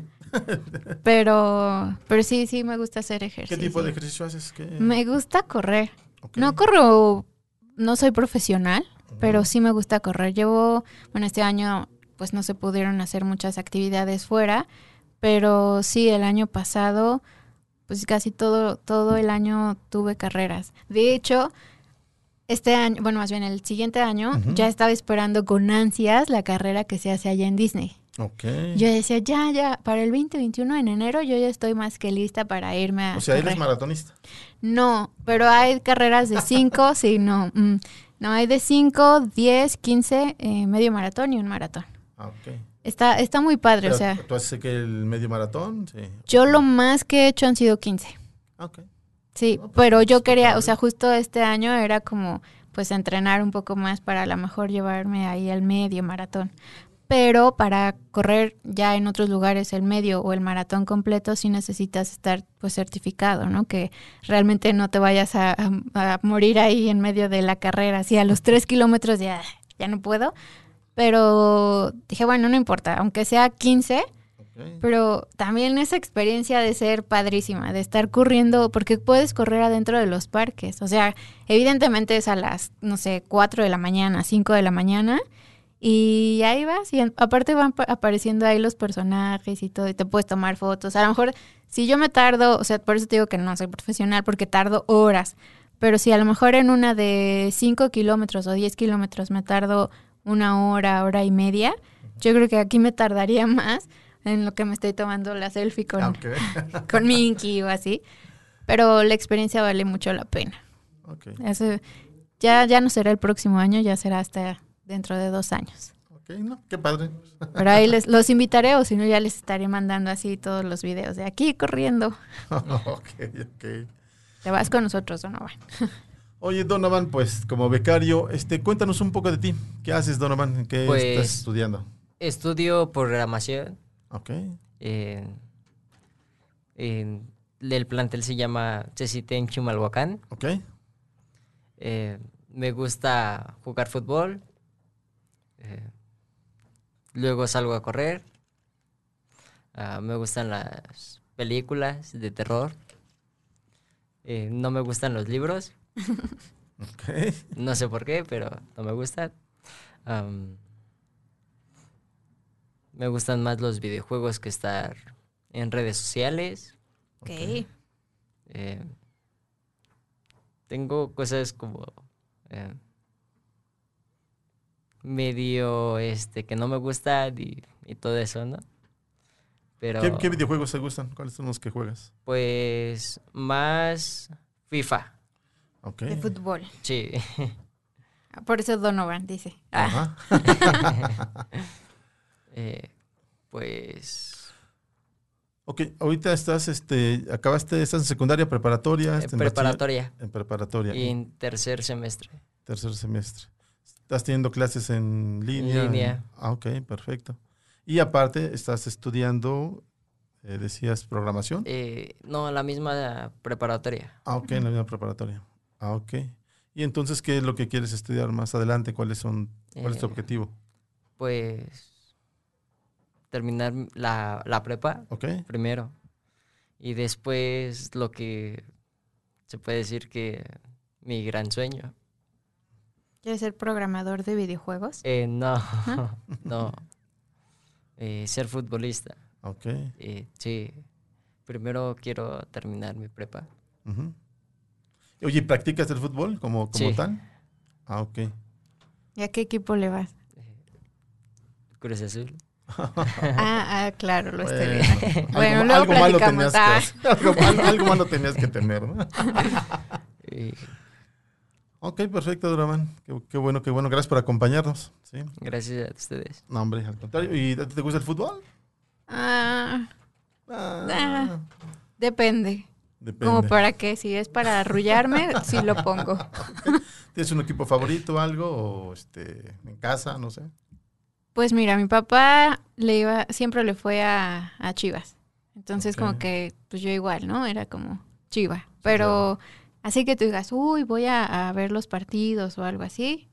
[SPEAKER 3] pero sí me gusta hacer ejercicio.
[SPEAKER 1] ¿Qué tipo de ejercicio haces?
[SPEAKER 3] Me gusta correr.
[SPEAKER 1] Okay.
[SPEAKER 3] No corro, no soy profesional, pero sí me gusta correr. Este año pues no se pudieron hacer muchas actividades fuera, pero sí, el año pasado pues casi todo el año tuve carreras. De hecho, este año, más bien el siguiente año, ya estaba esperando con ansias la carrera que se hace allá en Disney.
[SPEAKER 1] Okay.
[SPEAKER 3] Yo decía, ya, para el 2021 en enero yo ya estoy más que lista para irme a
[SPEAKER 1] O sea,
[SPEAKER 3] correr.
[SPEAKER 1] ¿eres maratonista?
[SPEAKER 3] No, pero hay carreras de 5, sí, no. No, hay de 5, 10, 15, medio maratón y un maratón.
[SPEAKER 1] Ok.
[SPEAKER 3] Está muy padre,
[SPEAKER 1] Pero,
[SPEAKER 3] o sea.
[SPEAKER 1] ¿tú haces que el medio maratón? Sí.
[SPEAKER 3] Yo lo más que he hecho han sido 15.
[SPEAKER 1] Ok.
[SPEAKER 3] Sí,
[SPEAKER 1] No, pues,
[SPEAKER 3] pero yo quería,
[SPEAKER 1] padre.
[SPEAKER 3] o sea, justo este año era como, pues, entrenar un poco más para a lo mejor llevarme ahí al medio maratón. Pero para correr ya en otros lugares el medio o el maratón completo sí necesitas estar pues certificado, ¿no? Que realmente no te vayas a morir ahí en medio de la carrera. Así a los 3 kilómetros ya no puedo. Pero dije, bueno, no importa, aunque sea 15, okay. Pero también esa experiencia de ser padrísima, de estar corriendo, porque puedes correr adentro de los parques. O sea, evidentemente es a las, 4 de la mañana, 5 de la mañana. Y ahí vas, y aparte van apareciendo ahí los personajes y todo, y te puedes tomar fotos. A lo mejor, si yo me tardo, o sea, por eso te digo que no soy profesional, porque tardo horas. Pero si a lo mejor en una de 5 kilómetros o 10 kilómetros me tardo 1 hora, hora y media, yo creo que aquí me tardaría más en lo que me estoy tomando la selfie con Minky o así. Pero la experiencia vale mucho la pena.
[SPEAKER 1] Okay.
[SPEAKER 3] Eso, ya no será el próximo año, ya será hasta dentro de 2 años.
[SPEAKER 1] Ok, no, qué padre.
[SPEAKER 3] Pero ahí los invitaré, o si no ya les estaré mandando así todos los videos de aquí corriendo.
[SPEAKER 1] Ok.
[SPEAKER 3] Te vas con nosotros, Donovan.
[SPEAKER 1] Oye, Donovan, pues como becario, cuéntanos un poco de ti. ¿Qué haces, Donovan? ¿Qué estás estudiando?
[SPEAKER 2] Estudio programación.
[SPEAKER 1] Ok.
[SPEAKER 2] El plantel se llama CECITE Chimalhuacán.
[SPEAKER 1] Ok.
[SPEAKER 2] Me gusta jugar fútbol. Luego salgo a correr. Me gustan las películas de terror. No me gustan los libros.
[SPEAKER 1] Okay.
[SPEAKER 2] No sé por qué, pero no me gustan. Me gustan más los videojuegos que estar en redes sociales.
[SPEAKER 3] Ok.
[SPEAKER 2] Tengo cosas como medio que no me gustan y todo eso, ¿no? Pero
[SPEAKER 1] ¿Qué videojuegos te gustan? ¿Cuáles son los que juegas?
[SPEAKER 2] pues más FIFA.
[SPEAKER 1] Ok.
[SPEAKER 3] De fútbol.
[SPEAKER 2] Sí.
[SPEAKER 3] Por eso Donovan dice.
[SPEAKER 1] Ajá.
[SPEAKER 2] Pues
[SPEAKER 1] Ok, ahorita estás, estás en secundaria, preparatoria. En
[SPEAKER 2] preparatoria.
[SPEAKER 1] En preparatoria.
[SPEAKER 2] Y en tercer semestre.
[SPEAKER 1] Tercer semestre. ¿Estás teniendo clases en línea?
[SPEAKER 2] En línea.
[SPEAKER 1] Ok, perfecto. Y aparte, estás estudiando, decías, programación.
[SPEAKER 2] No, la misma preparatoria.
[SPEAKER 1] Ok, en la misma preparatoria. Ok. ¿Y entonces qué es lo que quieres estudiar más adelante? ¿Cuál es tu objetivo?
[SPEAKER 2] Pues terminar la prepa
[SPEAKER 1] Ok.
[SPEAKER 2] primero. Y después lo que se puede decir que mi gran sueño.
[SPEAKER 3] ¿Quieres ser programador de videojuegos?
[SPEAKER 2] No, no. Ser futbolista.
[SPEAKER 1] Ok.
[SPEAKER 2] Sí. Primero quiero terminar mi prepa.
[SPEAKER 1] Ujú. Oye, ¿practicas el fútbol como
[SPEAKER 2] Sí.
[SPEAKER 1] tal? Ah, ok.
[SPEAKER 3] ¿Y a qué equipo le vas?
[SPEAKER 2] Cruz Azul.
[SPEAKER 3] Claro, lo estoy
[SPEAKER 1] Bueno,
[SPEAKER 3] viendo. Bueno, luego
[SPEAKER 1] algo malo
[SPEAKER 3] platicamos.
[SPEAKER 1] tenías que hacer. Algo malo tenías que tener, ¿no?
[SPEAKER 2] Eh,
[SPEAKER 1] Ok, perfecto, Donovan. Qué bueno, qué bueno. Gracias por acompañarnos. ¿Sí?
[SPEAKER 2] gracias a ustedes.
[SPEAKER 1] No, hombre, al contrario. ¿Y te gusta el fútbol?
[SPEAKER 3] Ah,
[SPEAKER 1] Ah,
[SPEAKER 3] depende.
[SPEAKER 1] depende.
[SPEAKER 3] Como para qué, si es para arrullarme, sí lo pongo.
[SPEAKER 1] ¿Tienes un equipo favorito, algo? ¿O en casa? No sé.
[SPEAKER 3] Pues mira, mi papá siempre le fue a Chivas. Entonces
[SPEAKER 1] Ok.
[SPEAKER 3] como que, pues yo igual, ¿no? Era como Chiva. Pero
[SPEAKER 1] claro.
[SPEAKER 3] así que tú digas, uy, voy a ver los partidos o algo así.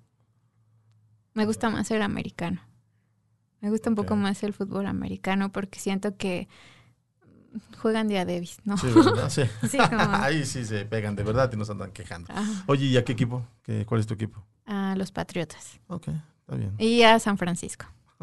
[SPEAKER 3] Me gusta más el americano. Me gusta un poco
[SPEAKER 1] Ok.
[SPEAKER 3] más el fútbol americano porque siento que juegan día Davis, ¿no?
[SPEAKER 1] Sí, ¿verdad? Sí.
[SPEAKER 3] Sí, como
[SPEAKER 1] Ahí sí se pegan de verdad y nos andan quejando.
[SPEAKER 3] a
[SPEAKER 1] Oye, ¿y a qué equipo? ¿Cuál es tu equipo?
[SPEAKER 3] los Patriotas.
[SPEAKER 1] Ok, está bien.
[SPEAKER 3] Y a San Francisco.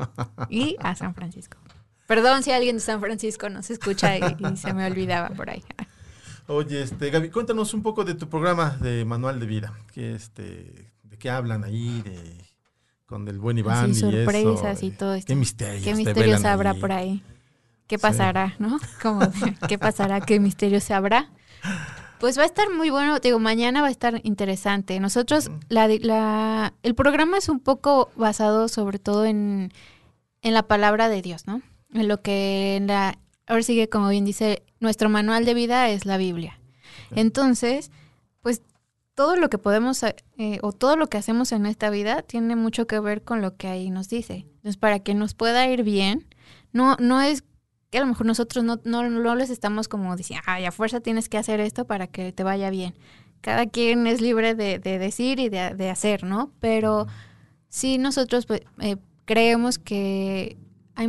[SPEAKER 3] Perdón si alguien de San Francisco nos escucha y se me olvidaba por ahí.
[SPEAKER 1] Oye, Gaby, cuéntanos un poco de tu programa de Manual de Vida. ¿De qué hablan ahí? Con el buen Iván
[SPEAKER 3] Así,
[SPEAKER 1] y
[SPEAKER 3] sorpresas
[SPEAKER 1] eso.
[SPEAKER 3] y todo esto.
[SPEAKER 1] ¿Qué misterios
[SPEAKER 3] ¿Qué
[SPEAKER 1] te
[SPEAKER 3] misterios
[SPEAKER 1] velan
[SPEAKER 3] habrá
[SPEAKER 1] ahí?
[SPEAKER 3] por ahí? ¿Qué
[SPEAKER 1] Sí.
[SPEAKER 3] pasará, no? ¿Qué pasará? ¿Qué misterio se habrá? Pues va a estar muy bueno, digo, mañana va a estar interesante. Nosotros, el programa es un poco basado sobre todo en la palabra de Dios, ¿no? En lo que ahora sigue, como bien dice, nuestro manual de vida es la Biblia.
[SPEAKER 1] Ok.
[SPEAKER 3] Entonces, pues todo lo que podemos o todo lo que hacemos en esta vida tiene mucho que ver con lo que ahí nos dice. Entonces, para que nos pueda ir bien, no es que a lo mejor nosotros no les estamos como diciendo, a fuerza tienes que hacer esto para que te vaya bien. Cada quien es libre de decir y de hacer, ¿no? Pero sí nosotros pues, creemos que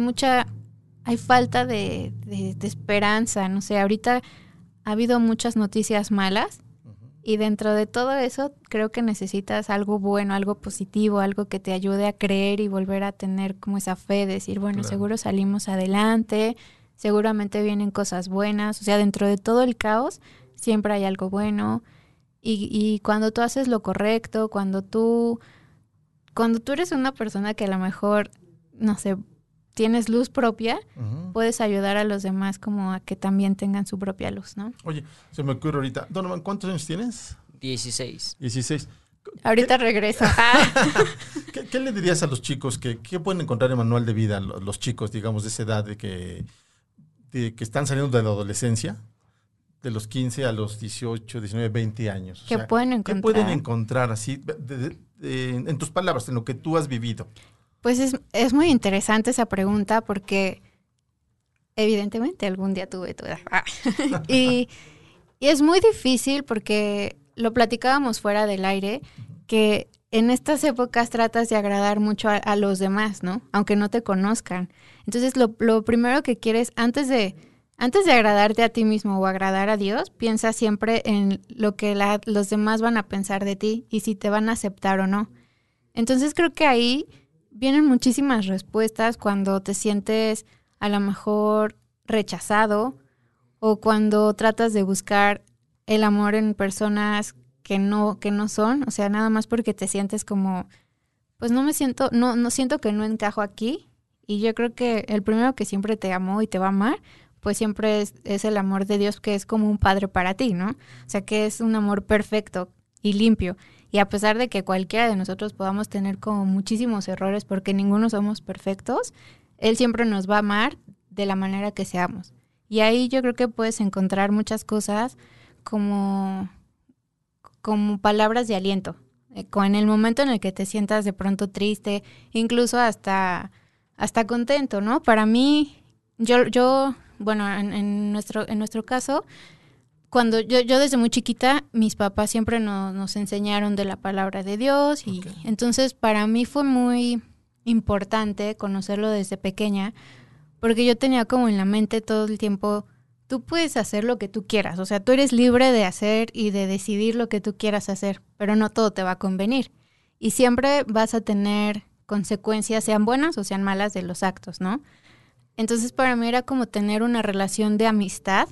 [SPEAKER 3] hay falta de esperanza, no sé, ahorita ha habido muchas noticias malas y dentro de todo eso creo que necesitas algo bueno, algo positivo, algo que te ayude a creer y volver a tener como esa fe, decir, bueno,
[SPEAKER 1] Claro.
[SPEAKER 3] seguro salimos adelante, seguramente vienen cosas buenas, o sea, dentro de todo el caos siempre hay algo bueno y cuando tú haces lo correcto, cuando tú eres una persona que a lo mejor, no sé, tienes luz propia,
[SPEAKER 1] Ujú.
[SPEAKER 3] puedes ayudar a los demás como a que también tengan su propia luz, ¿no?
[SPEAKER 1] Oye, se me ocurre ahorita. Donovan, ¿cuántos años tienes?
[SPEAKER 2] 16.
[SPEAKER 1] 16.
[SPEAKER 3] Ahorita regreso.
[SPEAKER 1] ¿Qué le dirías a los chicos? ¿Qué pueden encontrar en Manual de Vida los chicos, digamos, de esa edad de que están saliendo de la adolescencia? De los 15 a los 18, 19, 20 años. O
[SPEAKER 3] ¿Qué
[SPEAKER 1] sea,
[SPEAKER 3] pueden
[SPEAKER 1] ¿qué
[SPEAKER 3] encontrar?
[SPEAKER 1] pueden encontrar así, en tus palabras, en lo que tú has vivido?
[SPEAKER 3] Pues es muy interesante esa pregunta porque evidentemente algún día tuve tu edad. y es muy difícil porque lo platicábamos fuera del aire, que en estas épocas tratas de agradar mucho a los demás, ¿no? Aunque no te conozcan. Entonces lo primero que quieres, antes de agradarte a ti mismo o agradar a Dios, piensa siempre en lo que los demás van a pensar de ti y si te van a aceptar o no. Entonces creo que ahí vienen muchísimas respuestas cuando te sientes a lo mejor rechazado o cuando tratas de buscar el amor en personas que no son, o sea, nada más porque te sientes como, pues no siento que no encajo aquí y yo creo que el primero que siempre te amó y te va a amar, pues siempre es el amor de Dios, que es como un padre para ti, ¿no? O sea, que es un amor perfecto y limpio. Y a pesar de que cualquiera de nosotros podamos tener como muchísimos errores, porque ninguno somos perfectos, Él siempre nos va a amar de la manera que seamos. Y ahí yo creo que puedes encontrar muchas cosas como palabras de aliento. En el momento en el que te sientas de pronto triste, incluso hasta contento, ¿no? Para mí, bueno, en nuestro caso, cuando yo desde muy chiquita, mis papás siempre nos enseñaron de la palabra de Dios y entonces para mí fue muy importante conocerlo desde pequeña, porque yo tenía como en la mente todo el tiempo, tú puedes hacer lo que tú quieras, o sea, tú eres libre de hacer y de decidir lo que tú quieras hacer, pero no todo te va a convenir. Y siempre vas a tener consecuencias, sean buenas o sean malas, de los actos, ¿no? Entonces para mí era como tener una relación de amistad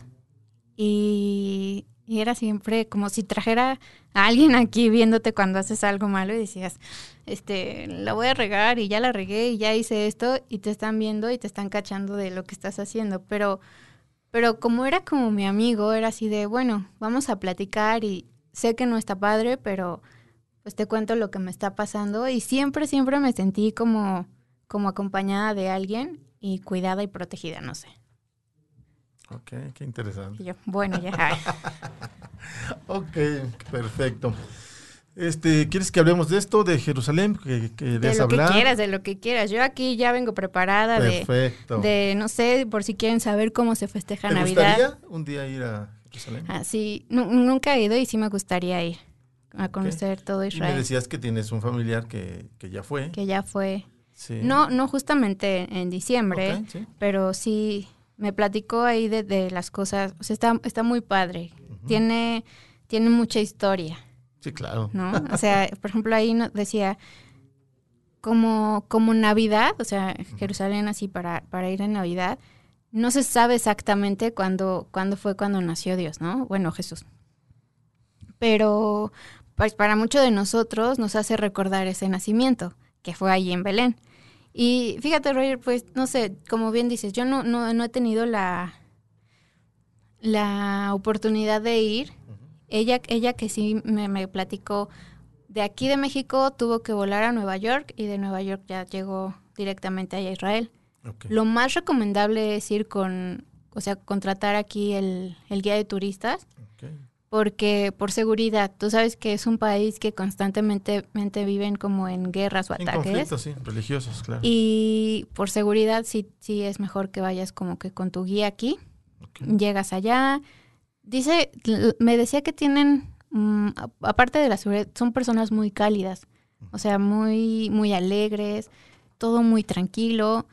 [SPEAKER 3] y era siempre como si trajera a alguien aquí viéndote cuando haces algo malo y decías, la voy a regar y ya la regué y ya hice esto, y te están viendo y te están cachando de lo que estás haciendo, pero como era como mi amigo, era así de, bueno, vamos a platicar y sé que no está padre, pero pues te cuento lo que me está pasando, y siempre me sentí como acompañada de alguien y cuidada y protegida, no sé.
[SPEAKER 1] Ok, qué interesante.
[SPEAKER 3] Y yo, bueno, ya.
[SPEAKER 1] Ok, perfecto. ¿Quieres que hablemos de esto, de Jerusalén? ¿Querías hablar?
[SPEAKER 3] De lo que quieras. Yo aquí ya vengo preparada.
[SPEAKER 1] Perfecto.
[SPEAKER 3] No sé, por si quieren saber cómo se festeja Navidad.
[SPEAKER 1] ¿Te gustaría un día ir a Jerusalén?
[SPEAKER 3] Sí, nunca he ido y sí me gustaría ir a conocer todo Israel.
[SPEAKER 1] Y me decías que tienes un familiar que ya fue.
[SPEAKER 3] Que ya fue.
[SPEAKER 1] Sí.
[SPEAKER 3] No justamente en diciembre,
[SPEAKER 1] sí.
[SPEAKER 3] pero sí me platicó ahí de las cosas. O sea, está muy padre. Uh-huh. Tiene mucha historia.
[SPEAKER 1] Sí, claro.
[SPEAKER 3] ¿No? O sea, por ejemplo, ahí decía como Navidad, o sea, Jerusalén así para ir en Navidad, no se sabe exactamente cuándo fue cuando nació Dios, ¿no? Bueno, Jesús. Pero pues para muchos de nosotros nos hace recordar ese nacimiento, que fue allí en Belén. Y fíjate, Roger, pues, no sé, como bien dices, yo no he tenido la oportunidad de ir. Ella que sí me platicó, de aquí de México tuvo que volar a Nueva York y de Nueva York ya llegó directamente allá a Israel. Okay. Lo más recomendable es ir contratar aquí el guía de turistas, porque por seguridad, tú sabes que es un país que constantemente viven como en guerras o ataques. En
[SPEAKER 1] conflictos, sí, religiosos, claro.
[SPEAKER 3] Y por seguridad sí es mejor que vayas como que con tu guía aquí, llegas allá. Me decía que tienen, aparte de la seguridad, son personas muy cálidas, o sea, muy, muy alegres, todo muy tranquilo.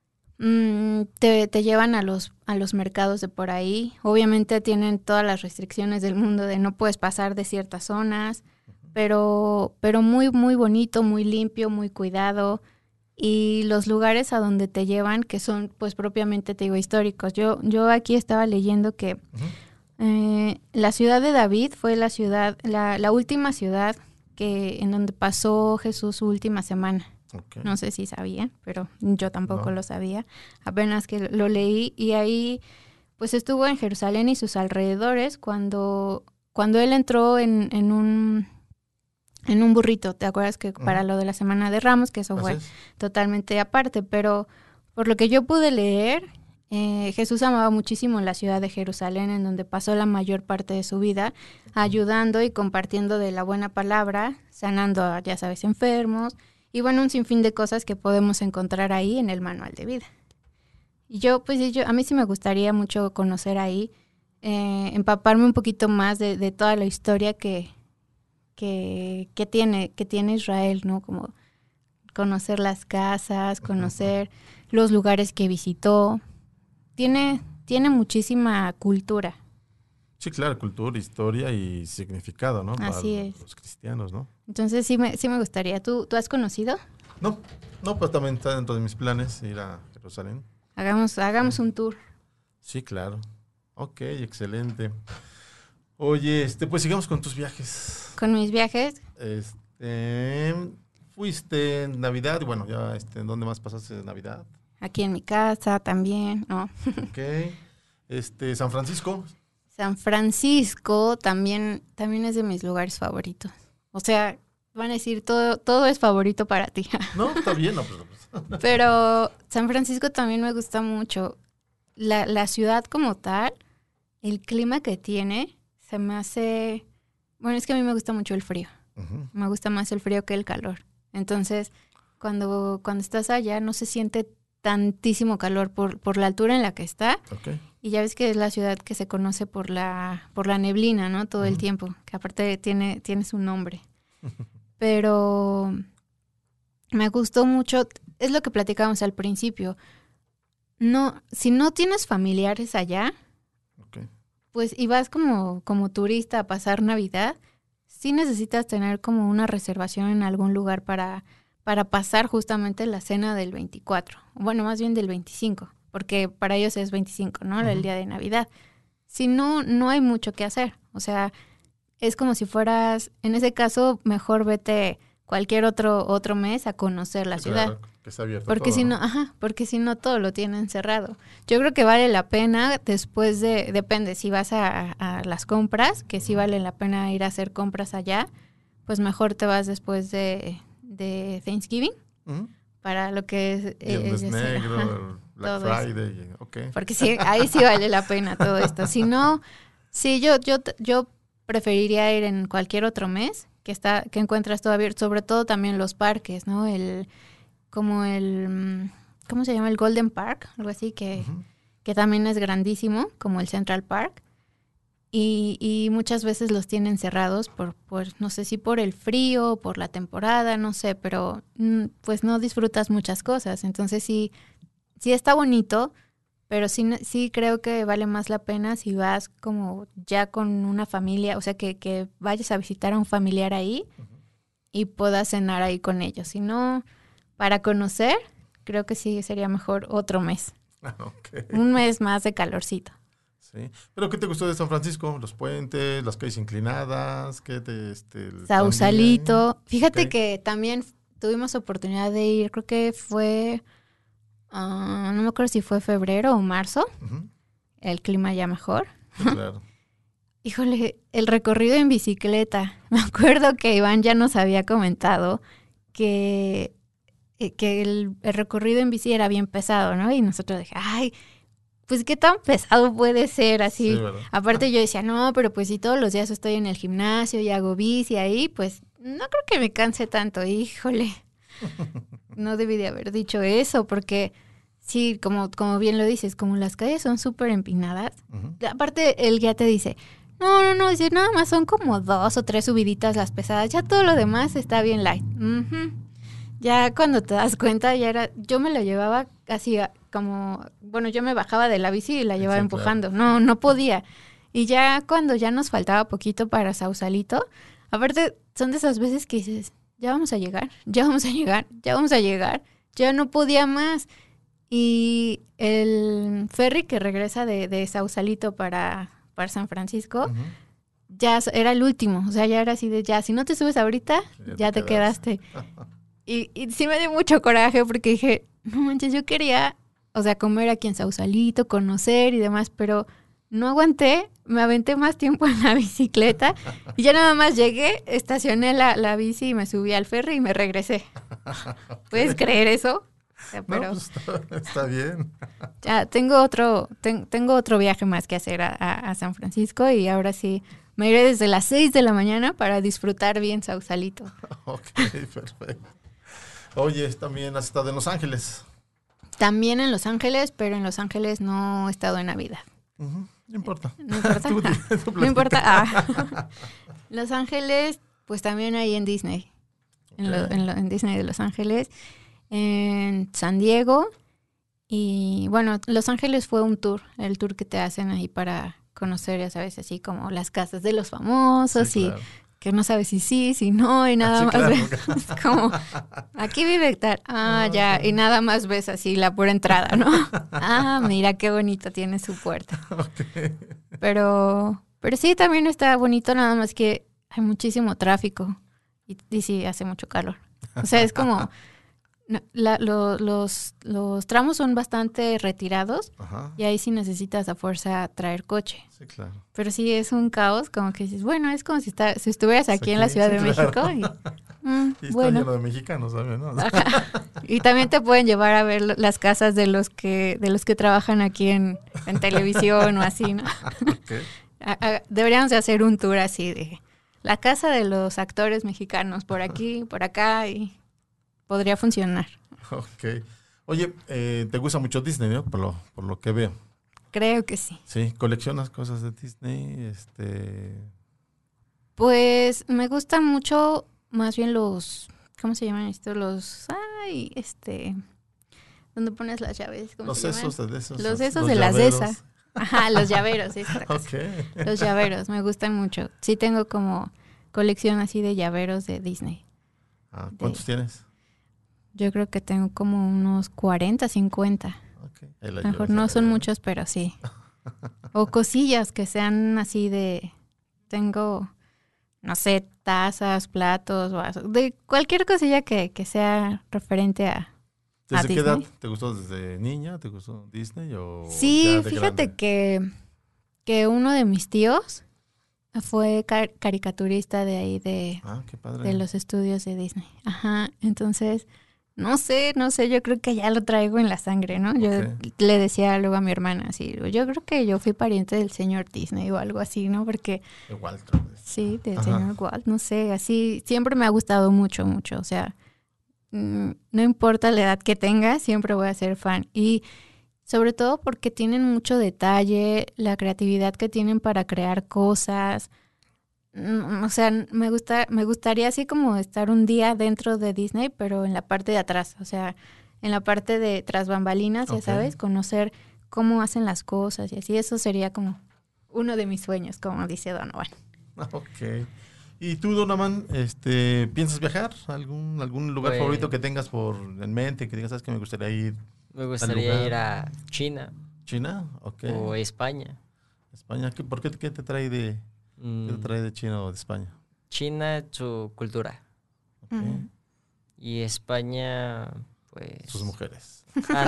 [SPEAKER 3] Te llevan a los mercados de por ahí. Obviamente tienen todas las restricciones del mundo de no puedes pasar de ciertas zonas, pero muy, muy bonito, muy limpio, muy cuidado. Y los lugares a donde te llevan, que son pues propiamente, te digo, históricos. Yo aquí estaba leyendo que la ciudad de David fue la última ciudad en donde pasó Jesús su última semana. Okay. No sé si sabían, pero yo tampoco lo sabía. Apenas que lo leí, y ahí pues estuvo en Jerusalén y sus alrededores cuando él entró en un burrito. ¿Te acuerdas que para lo de la Semana de Ramos, que eso fue totalmente aparte? Pero por lo que yo pude leer, Jesús amaba muchísimo la ciudad de Jerusalén, en donde pasó la mayor parte de su vida, ayudando y compartiendo de la buena palabra, sanando a, ya sabes, enfermos, y bueno, un sinfín de cosas que podemos encontrar ahí en el manual de vida. Y a mí sí me gustaría mucho conocer ahí, empaparme un poquito más de toda la historia que tiene Israel, ¿no? Como conocer las casas, conocer los lugares que visitó. Tiene muchísima cultura.
[SPEAKER 1] Sí, claro, cultura, historia y significado, ¿no?
[SPEAKER 3] Así
[SPEAKER 1] para
[SPEAKER 3] es.
[SPEAKER 1] Los cristianos, ¿no?
[SPEAKER 3] Entonces sí me gustaría. ¿Tú has conocido?
[SPEAKER 1] No, pues también está dentro de mis planes ir a Jerusalén.
[SPEAKER 3] Hagamos un tour.
[SPEAKER 1] Sí, claro. Ok, excelente. Oye, pues sigamos con tus viajes.
[SPEAKER 3] ¿Con mis viajes?
[SPEAKER 1] Fuiste en Navidad, y bueno, ya, ¿en dónde más pasaste Navidad?
[SPEAKER 3] Aquí en mi casa también, ¿no?
[SPEAKER 1] Ok. San Francisco.
[SPEAKER 3] San Francisco también es de mis lugares favoritos. O sea, van a decir todo es favorito para ti.
[SPEAKER 1] No, está bien. No,
[SPEAKER 3] Pero San Francisco también me gusta mucho. La ciudad como tal, el clima que tiene, se me hace... Bueno, es que a mí me gusta mucho el frío. Uh-huh. Me gusta más el frío que el calor. Entonces, cuando estás allá no se siente tantísimo calor por la altura en la que está.
[SPEAKER 1] Okay.
[SPEAKER 3] Y ya ves que es la ciudad que se conoce por la neblina, ¿no? Todo el tiempo, que aparte tiene su nombre. Pero me gustó mucho, es lo que platicábamos al principio. No, si no tienes familiares allá,
[SPEAKER 1] okay,
[SPEAKER 3] pues y vas como turista a pasar Navidad, sí necesitas tener como una reservación en algún lugar para pasar justamente la cena del 24. Bueno, más bien del 25. Porque para ellos es 25, ¿no? Uh-huh. El día de Navidad. Si no, no hay mucho que hacer. O sea, es como si fueras, en ese caso, mejor vete cualquier otro mes a conocer la ciudad.
[SPEAKER 1] Que está abierto
[SPEAKER 3] porque
[SPEAKER 1] todo,
[SPEAKER 3] si no, porque si no todo lo tienen cerrado. Yo creo que vale la pena después depende, si vas a las compras, que sí vale la pena ir a hacer compras allá, pues mejor te vas después de Thanksgiving, uh-huh, para lo que es...
[SPEAKER 1] Viernes Negro, Black Friday, okay.
[SPEAKER 3] Porque sí, ahí sí vale la pena todo esto. Si no, sí, yo preferiría ir en cualquier otro mes que encuentras todo abierto, sobre todo también los parques, ¿no? ¿cómo se llama? El Golden Park, algo así,
[SPEAKER 1] uh-huh,
[SPEAKER 3] que también es grandísimo, como el Central Park. Y muchas veces los tienen cerrados por no sé si por el frío, por la temporada, no sé, pero pues no disfrutas muchas cosas. Entonces sí está bonito, pero sí creo que vale más la pena si vas como ya con una familia, o sea, que vayas a visitar a un familiar ahí, uh-huh, y puedas cenar ahí con ellos. Si no, para conocer, creo que sí sería mejor otro mes.
[SPEAKER 1] Okay.
[SPEAKER 3] Un mes más de calorcito.
[SPEAKER 1] Sí. ¿Pero qué te gustó de San Francisco? Los puentes, las calles inclinadas,
[SPEAKER 3] Sausalito. Fíjate, okay, que también tuvimos oportunidad de ir, creo que fue, no me acuerdo si fue febrero o marzo, uh-huh, el clima ya mejor.
[SPEAKER 1] Sí, claro.
[SPEAKER 3] Híjole, el recorrido en bicicleta. Me acuerdo que Iván ya nos había comentado que el recorrido en bici era bien pesado, ¿no? Y nosotros dije, ay, pues qué tan pesado puede ser así.
[SPEAKER 1] Sí,
[SPEAKER 3] aparte yo decía, no, pero pues si todos los días estoy en el gimnasio y hago bici ahí, pues no creo que me canse tanto. Híjole, no debí de haber dicho eso, porque sí, como bien lo dices, como las calles son súper empinadas. Uh-huh. Aparte el guía te dice, no, dice, nada más son como 2 o 3 subiditas las pesadas, ya todo lo demás está bien light. Uh-huh. Ya cuando te das cuenta, yo me lo llevaba así como, bueno, yo me bajaba de la bici y la llevaba empujando. Claro. No podía. Y ya cuando ya nos faltaba poquito para Sausalito, aparte son de esas veces que dices, ya vamos a llegar, ya no podía más. Y el ferry que regresa de Sausalito para San Francisco, uh-huh, ya era el último, o sea, ya era así de ya, si no te subes ahorita, ya te quedaste. Y sí me dio mucho coraje porque dije, no manches, yo quería, o sea, comer aquí en Sausalito, conocer y demás, pero no aguanté, me aventé más tiempo en la bicicleta y ya nada más llegué, estacioné la bici y me subí al ferry y me regresé. ¿Puedes creer eso? O sea, pero
[SPEAKER 1] no, pues está bien.
[SPEAKER 3] Ya tengo otro viaje más que hacer a San Francisco y ahora sí me iré desde las 6 de la mañana para disfrutar bien Sausalito.
[SPEAKER 1] Ok, perfecto. Oye, también has estado en Los Ángeles.
[SPEAKER 3] También en Los Ángeles, pero en Los Ángeles no he estado en Navidad.
[SPEAKER 1] Uh-huh. No importa.
[SPEAKER 3] No importa. No importa. Los Ángeles, pues también ahí en Disney. Okay. En Disney de Los Ángeles. En San Diego. Y bueno, Los Ángeles fue un tour. El tour que te hacen ahí para conocer, ya sabes, así como las casas de los famosos, sí, claro, y que no sabes si no, y nada más
[SPEAKER 1] claro,
[SPEAKER 3] ves, es como, aquí vive tal, ya, y nada más ves así la pura entrada, ¿no? Mira qué bonito tiene su puerta.
[SPEAKER 1] Okay.
[SPEAKER 3] Pero sí, también está bonito, nada más que hay muchísimo tráfico y sí, hace mucho calor. O sea, es como, No, los tramos son bastante retirados
[SPEAKER 1] Ajá.
[SPEAKER 3] y ahí sí necesitas a fuerza traer coche.
[SPEAKER 1] Sí, claro.
[SPEAKER 3] Pero sí es un caos, como que dices, bueno, es como si estuvieras aquí en la Ciudad de
[SPEAKER 1] claro.
[SPEAKER 3] México
[SPEAKER 1] Y está
[SPEAKER 3] bueno.
[SPEAKER 1] lleno de mexicanos, ¿sabes? ¿No?
[SPEAKER 3] Ajá. Y también te pueden llevar a ver las casas de los que trabajan aquí en televisión o así, ¿no?
[SPEAKER 1] Okay.
[SPEAKER 3] Deberíamos de hacer un tour así de la casa de los actores mexicanos, por aquí, por acá, y podría funcionar.
[SPEAKER 1] Ok. Oye, ¿te gusta mucho Disney, no? Por lo que veo.
[SPEAKER 3] Creo que sí.
[SPEAKER 1] Sí, ¿coleccionas cosas de Disney?
[SPEAKER 3] Pues me gustan mucho más bien ¿cómo se llaman esto? ¿Dónde pones las llaves? ¿Cómo
[SPEAKER 1] Los
[SPEAKER 3] se llaman?
[SPEAKER 1] sesos de esos.
[SPEAKER 3] Los sesos de las de
[SPEAKER 1] llaveros.
[SPEAKER 3] esa. Ajá, los llaveros, es otra cosa.
[SPEAKER 1] Ok.
[SPEAKER 3] Los llaveros, me gustan mucho. Sí tengo como colección así de llaveros de Disney.
[SPEAKER 1] Ah, ¿cuántos tienes?
[SPEAKER 3] Yo creo que tengo como unos 40, 50.
[SPEAKER 1] Okay. A lo
[SPEAKER 3] Mejor no son muchos, pero sí. O cosillas que sean así tengo, no sé, tazas, platos, vasos, de cualquier cosilla que sea referente a
[SPEAKER 1] ¿Desde qué
[SPEAKER 3] Disney.
[SPEAKER 1] edad? ¿Te gustó desde niña? ¿Te gustó Disney o
[SPEAKER 3] Sí,
[SPEAKER 1] ya de
[SPEAKER 3] fíjate
[SPEAKER 1] grande?
[SPEAKER 3] que uno de mis tíos fue caricaturista de ahí
[SPEAKER 1] Ah, qué padre.
[SPEAKER 3] de los estudios de Disney. Ajá, entonces, no sé, yo creo que ya lo traigo en la sangre, ¿no? Yo le decía luego a mi hermana así, yo creo que yo fui pariente del señor Disney o algo así, ¿no? Porque
[SPEAKER 1] De Walt.
[SPEAKER 3] sí, del
[SPEAKER 1] Ajá.
[SPEAKER 3] señor Walt, no sé, así siempre me ha gustado mucho, o sea, no importa la edad que tenga, siempre voy a ser fan. Y sobre todo porque tienen mucho detalle, la creatividad que tienen para crear cosas. O sea, me gustaría así como estar un día dentro de Disney, pero en la parte de atrás, o sea, en la parte de tras bambalinas, ya sabes, conocer cómo hacen las cosas y así, eso sería como uno de mis sueños, como dice Donovan.
[SPEAKER 1] Ok. ¿Y tú, Donovan, piensas viajar? ¿Algún lugar
[SPEAKER 2] Pues,
[SPEAKER 1] favorito que tengas en mente? Que digas, ¿sabes que me gustaría ir?
[SPEAKER 2] Me gustaría ir a China
[SPEAKER 1] ¿China? Ok.
[SPEAKER 2] o España.
[SPEAKER 1] ¿España? ¿Por qué? ¿Qué te trae de China o de España?
[SPEAKER 2] China, su cultura.
[SPEAKER 1] Okay.
[SPEAKER 2] Y España, pues...
[SPEAKER 1] Sus mujeres.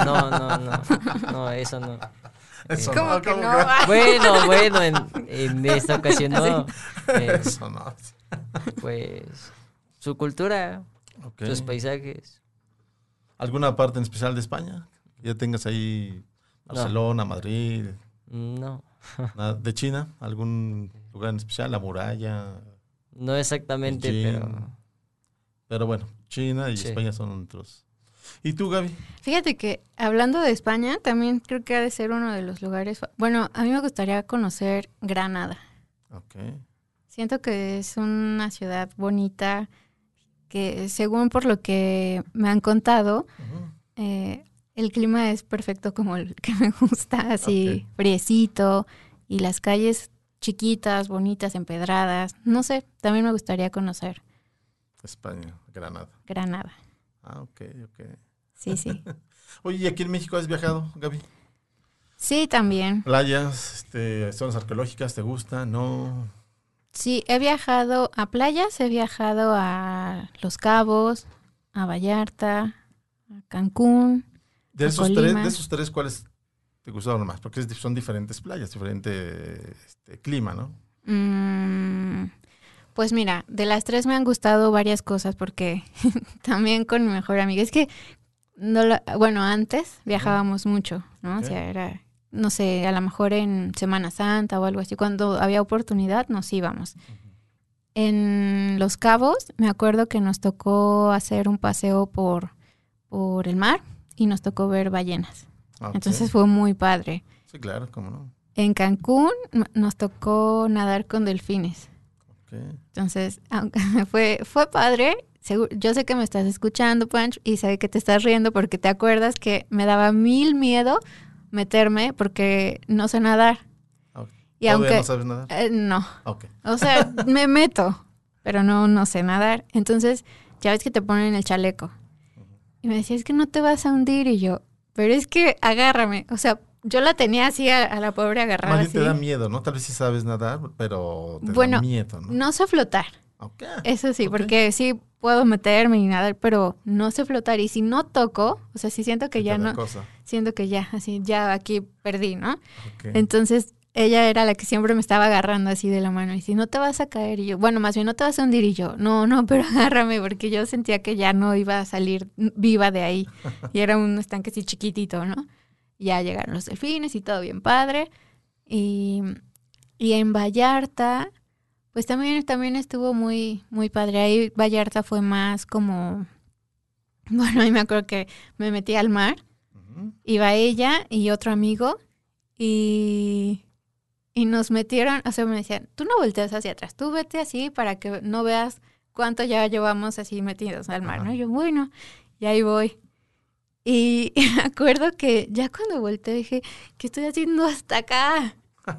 [SPEAKER 2] No, eso no.
[SPEAKER 1] Eso
[SPEAKER 3] ¿Cómo
[SPEAKER 1] no,
[SPEAKER 3] que
[SPEAKER 1] ¿cómo
[SPEAKER 3] no?
[SPEAKER 2] Bueno, en esta ocasión no.
[SPEAKER 1] Eso no.
[SPEAKER 2] Pues su cultura,
[SPEAKER 1] Okay.
[SPEAKER 2] sus paisajes.
[SPEAKER 1] ¿Alguna parte en especial de España? Ya tengas ahí Barcelona, Madrid.
[SPEAKER 2] No.
[SPEAKER 1] ¿De China? ¿Algún lugar en especial? ¿La muralla?
[SPEAKER 2] No exactamente,
[SPEAKER 1] Beijing. Pero bueno, China y
[SPEAKER 2] Sí.
[SPEAKER 1] España son otros. ¿Y tú, Gaby?
[SPEAKER 3] Fíjate que hablando de España, también creo que ha de ser uno de los lugares. Bueno, a mí me gustaría conocer Granada.
[SPEAKER 1] Ok.
[SPEAKER 3] Siento que es una ciudad bonita, que según por lo que me han contado, el clima es perfecto como el que me gusta, así friecito, y las calles chiquitas, bonitas, empedradas. No sé, también me gustaría conocer
[SPEAKER 1] España, Granada.
[SPEAKER 3] Granada.
[SPEAKER 1] Ah, ok.
[SPEAKER 3] Sí, sí.
[SPEAKER 1] Oye, ¿y aquí en México has viajado, Gaby?
[SPEAKER 3] Sí, también.
[SPEAKER 1] ¿Playas, zonas arqueológicas, te gusta? ¿No?
[SPEAKER 3] Sí, he viajado a playas, he viajado a Los Cabos, a Vallarta, a Cancún,
[SPEAKER 1] De
[SPEAKER 3] a Colima.
[SPEAKER 1] esos tres, ¿cuáles te gustaron más? Porque son diferentes playas, diferente clima, ¿no?
[SPEAKER 3] Pues mira, de las tres me han gustado varias cosas porque también con mi mejor amiga. Es que, antes viajábamos mucho, ¿no?
[SPEAKER 1] Ok.
[SPEAKER 3] O sea, era, no sé, a lo mejor en Semana Santa o algo así. Cuando había oportunidad nos íbamos. En Los Cabos me acuerdo que nos tocó hacer un paseo por el mar y nos tocó ver ballenas.
[SPEAKER 1] Ok.
[SPEAKER 3] Entonces fue muy padre.
[SPEAKER 1] Sí, claro, cómo no.
[SPEAKER 3] En Cancún nos tocó nadar con delfines.
[SPEAKER 1] Ok.
[SPEAKER 3] Entonces, aunque fue padre, yo sé que me estás escuchando, Pancho, y sé que te estás riendo porque te acuerdas que me daba mil miedo meterme porque no sé nadar. Y
[SPEAKER 1] ¿Todavía
[SPEAKER 3] aunque
[SPEAKER 1] no sabes nadar?
[SPEAKER 3] No.
[SPEAKER 1] Ok.
[SPEAKER 3] O sea, me meto, pero no sé nadar. Entonces, ya ves que te ponen el chaleco. Y me decía, es que no te vas a hundir. Y yo, pero es que agárrame. O sea, yo la tenía así a la pobre agarrada.
[SPEAKER 1] Más bien
[SPEAKER 3] así.
[SPEAKER 1] te da miedo, ¿no? Tal vez sí sabes nadar, pero te da miedo, ¿no?
[SPEAKER 3] No sé flotar.
[SPEAKER 1] Ok.
[SPEAKER 3] Eso sí,
[SPEAKER 1] Ok.
[SPEAKER 3] porque sí, puedo meterme y nadar, pero no sé flotar. Y si no toco, o sea, si siento que ya no, siento que ya, así, ya aquí perdí, ¿no?
[SPEAKER 1] Okay.
[SPEAKER 3] Entonces, ella era la que siempre me estaba agarrando así de la mano. Y si no te vas a caer, y yo, bueno, más bien no te vas a hundir. Y yo, no, pero agárrame, porque yo sentía que ya no iba a salir viva de ahí. Y era un estanque así chiquitito, ¿no? Ya llegaron los delfines y todo bien padre. Y en Vallarta, pues también estuvo muy, muy padre. Ahí Vallarta fue más como, bueno, ahí me acuerdo que me metí al mar. Uh-huh. Iba ella y otro amigo y nos metieron, o sea, me decían, tú no volteas hacia atrás, tú vete así para que no veas cuánto ya llevamos así metidos al mar, ¿no? Y yo, bueno, y ahí voy. Y me acuerdo que ya cuando volteé dije, ¿qué estoy haciendo hasta acá?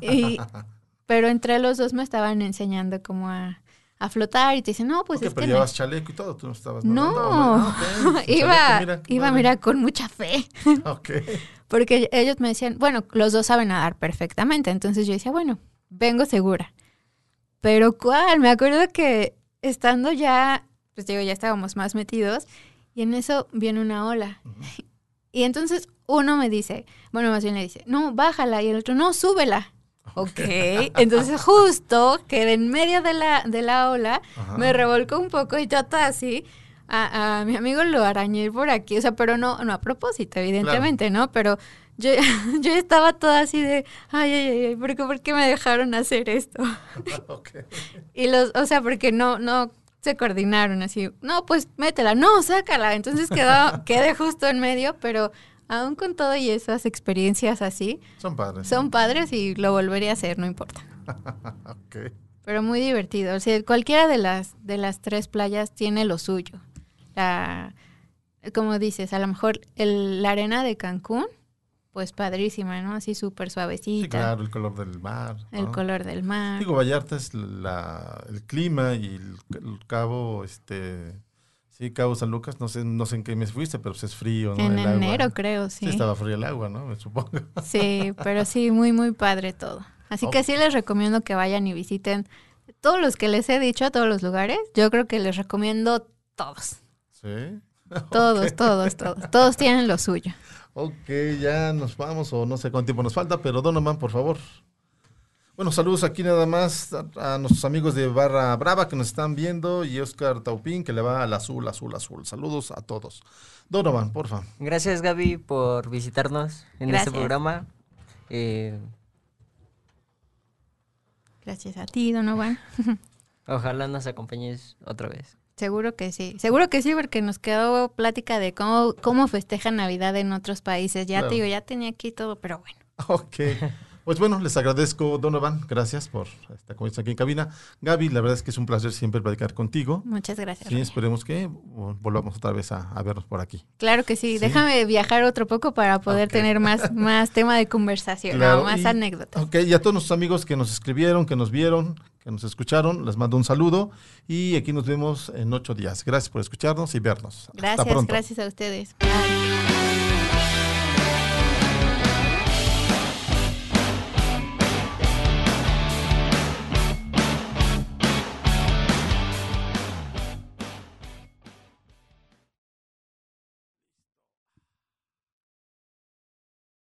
[SPEAKER 3] Pero entre los dos me estaban enseñando como a flotar y te dicen, no, pues
[SPEAKER 1] okay,
[SPEAKER 3] es
[SPEAKER 1] pero
[SPEAKER 3] que
[SPEAKER 1] llevas chaleco y todo, tú no estabas
[SPEAKER 3] nadando. No, okay. Iba con mucha fe.
[SPEAKER 1] Okay.
[SPEAKER 3] Porque ellos me decían, bueno, los dos saben nadar perfectamente, entonces yo decía, bueno, vengo segura. Pero ¿cuál? Me acuerdo que estando ya, pues digo, ya estábamos más metidos y en eso viene una ola. Uh-huh. Y entonces uno me dice, bueno, más bien le dice, no, bájala, y el otro, no, súbela. Okay. Entonces justo quedé en medio de la ola, ajá, me revolcó un poco y yo toda así, a mi amigo lo arañé por aquí, o sea, pero no a propósito, evidentemente, claro, ¿no? Pero yo estaba toda así de, ay, ¿por qué me dejaron hacer esto? Okay. Y o sea, porque no se coordinaron así, no, pues métela, no, sácala. Entonces quedé justo en medio, pero aún con todo y esas experiencias así,
[SPEAKER 1] son padres.
[SPEAKER 3] Son padres y lo volvería a hacer, no importa.
[SPEAKER 1] Okay.
[SPEAKER 3] Pero muy divertido. O sea, cualquiera de las tres playas tiene lo suyo. Como dices, a lo mejor la arena de Cancún, pues padrísima, ¿no? Así súper suavecita.
[SPEAKER 1] Sí, claro, el color del mar, ¿no?
[SPEAKER 3] El color del mar.
[SPEAKER 1] Digo, Vallarta es el clima y el cabo, sí, Cabo San Lucas, no sé en qué mes fuiste, pero pues es frío, ¿no?
[SPEAKER 3] En enero, creo, sí.
[SPEAKER 1] Sí, estaba frío el agua, ¿no? Me supongo.
[SPEAKER 3] Sí, pero sí, muy, muy padre todo. Así que sí les recomiendo que vayan y visiten todos los que les he dicho, a todos los lugares. Yo creo que les recomiendo todos.
[SPEAKER 1] ¿Sí?
[SPEAKER 3] Todos, okay. Todos tienen lo suyo.
[SPEAKER 1] Ok, ya nos vamos o no sé cuánto tiempo nos falta, pero Donovan, por favor. Bueno, saludos aquí nada más a nuestros amigos de Barra Brava que nos están viendo y Oscar Taupín que le va al azul. Saludos a todos. Donovan, porfa.
[SPEAKER 2] Gracias, Gaby, por visitarnos en este programa.
[SPEAKER 3] Gracias a ti, Donovan.
[SPEAKER 2] Ojalá nos acompañes otra vez.
[SPEAKER 3] Seguro que sí, porque nos quedó plática de cómo festejan Navidad en otros países. Ya, claro. Te digo, ya tenía aquí todo, pero bueno.
[SPEAKER 1] Ok. Pues bueno, les agradezco, Donovan, gracias por esta conversación aquí en cabina. Gaby, la verdad es que es un placer siempre platicar contigo.
[SPEAKER 3] Muchas gracias.
[SPEAKER 1] Sí, esperemos que volvamos otra vez a vernos por aquí.
[SPEAKER 3] Claro que sí. Déjame viajar otro poco para poder tener más tema de conversación, claro, más anécdotas.
[SPEAKER 1] Ok, y a todos nuestros amigos que nos escribieron, que nos vieron, que nos escucharon, les mando un saludo y aquí nos vemos en 8 días. Gracias por escucharnos y vernos.
[SPEAKER 3] Gracias,
[SPEAKER 1] hasta pronto.
[SPEAKER 3] Gracias a ustedes. Bye.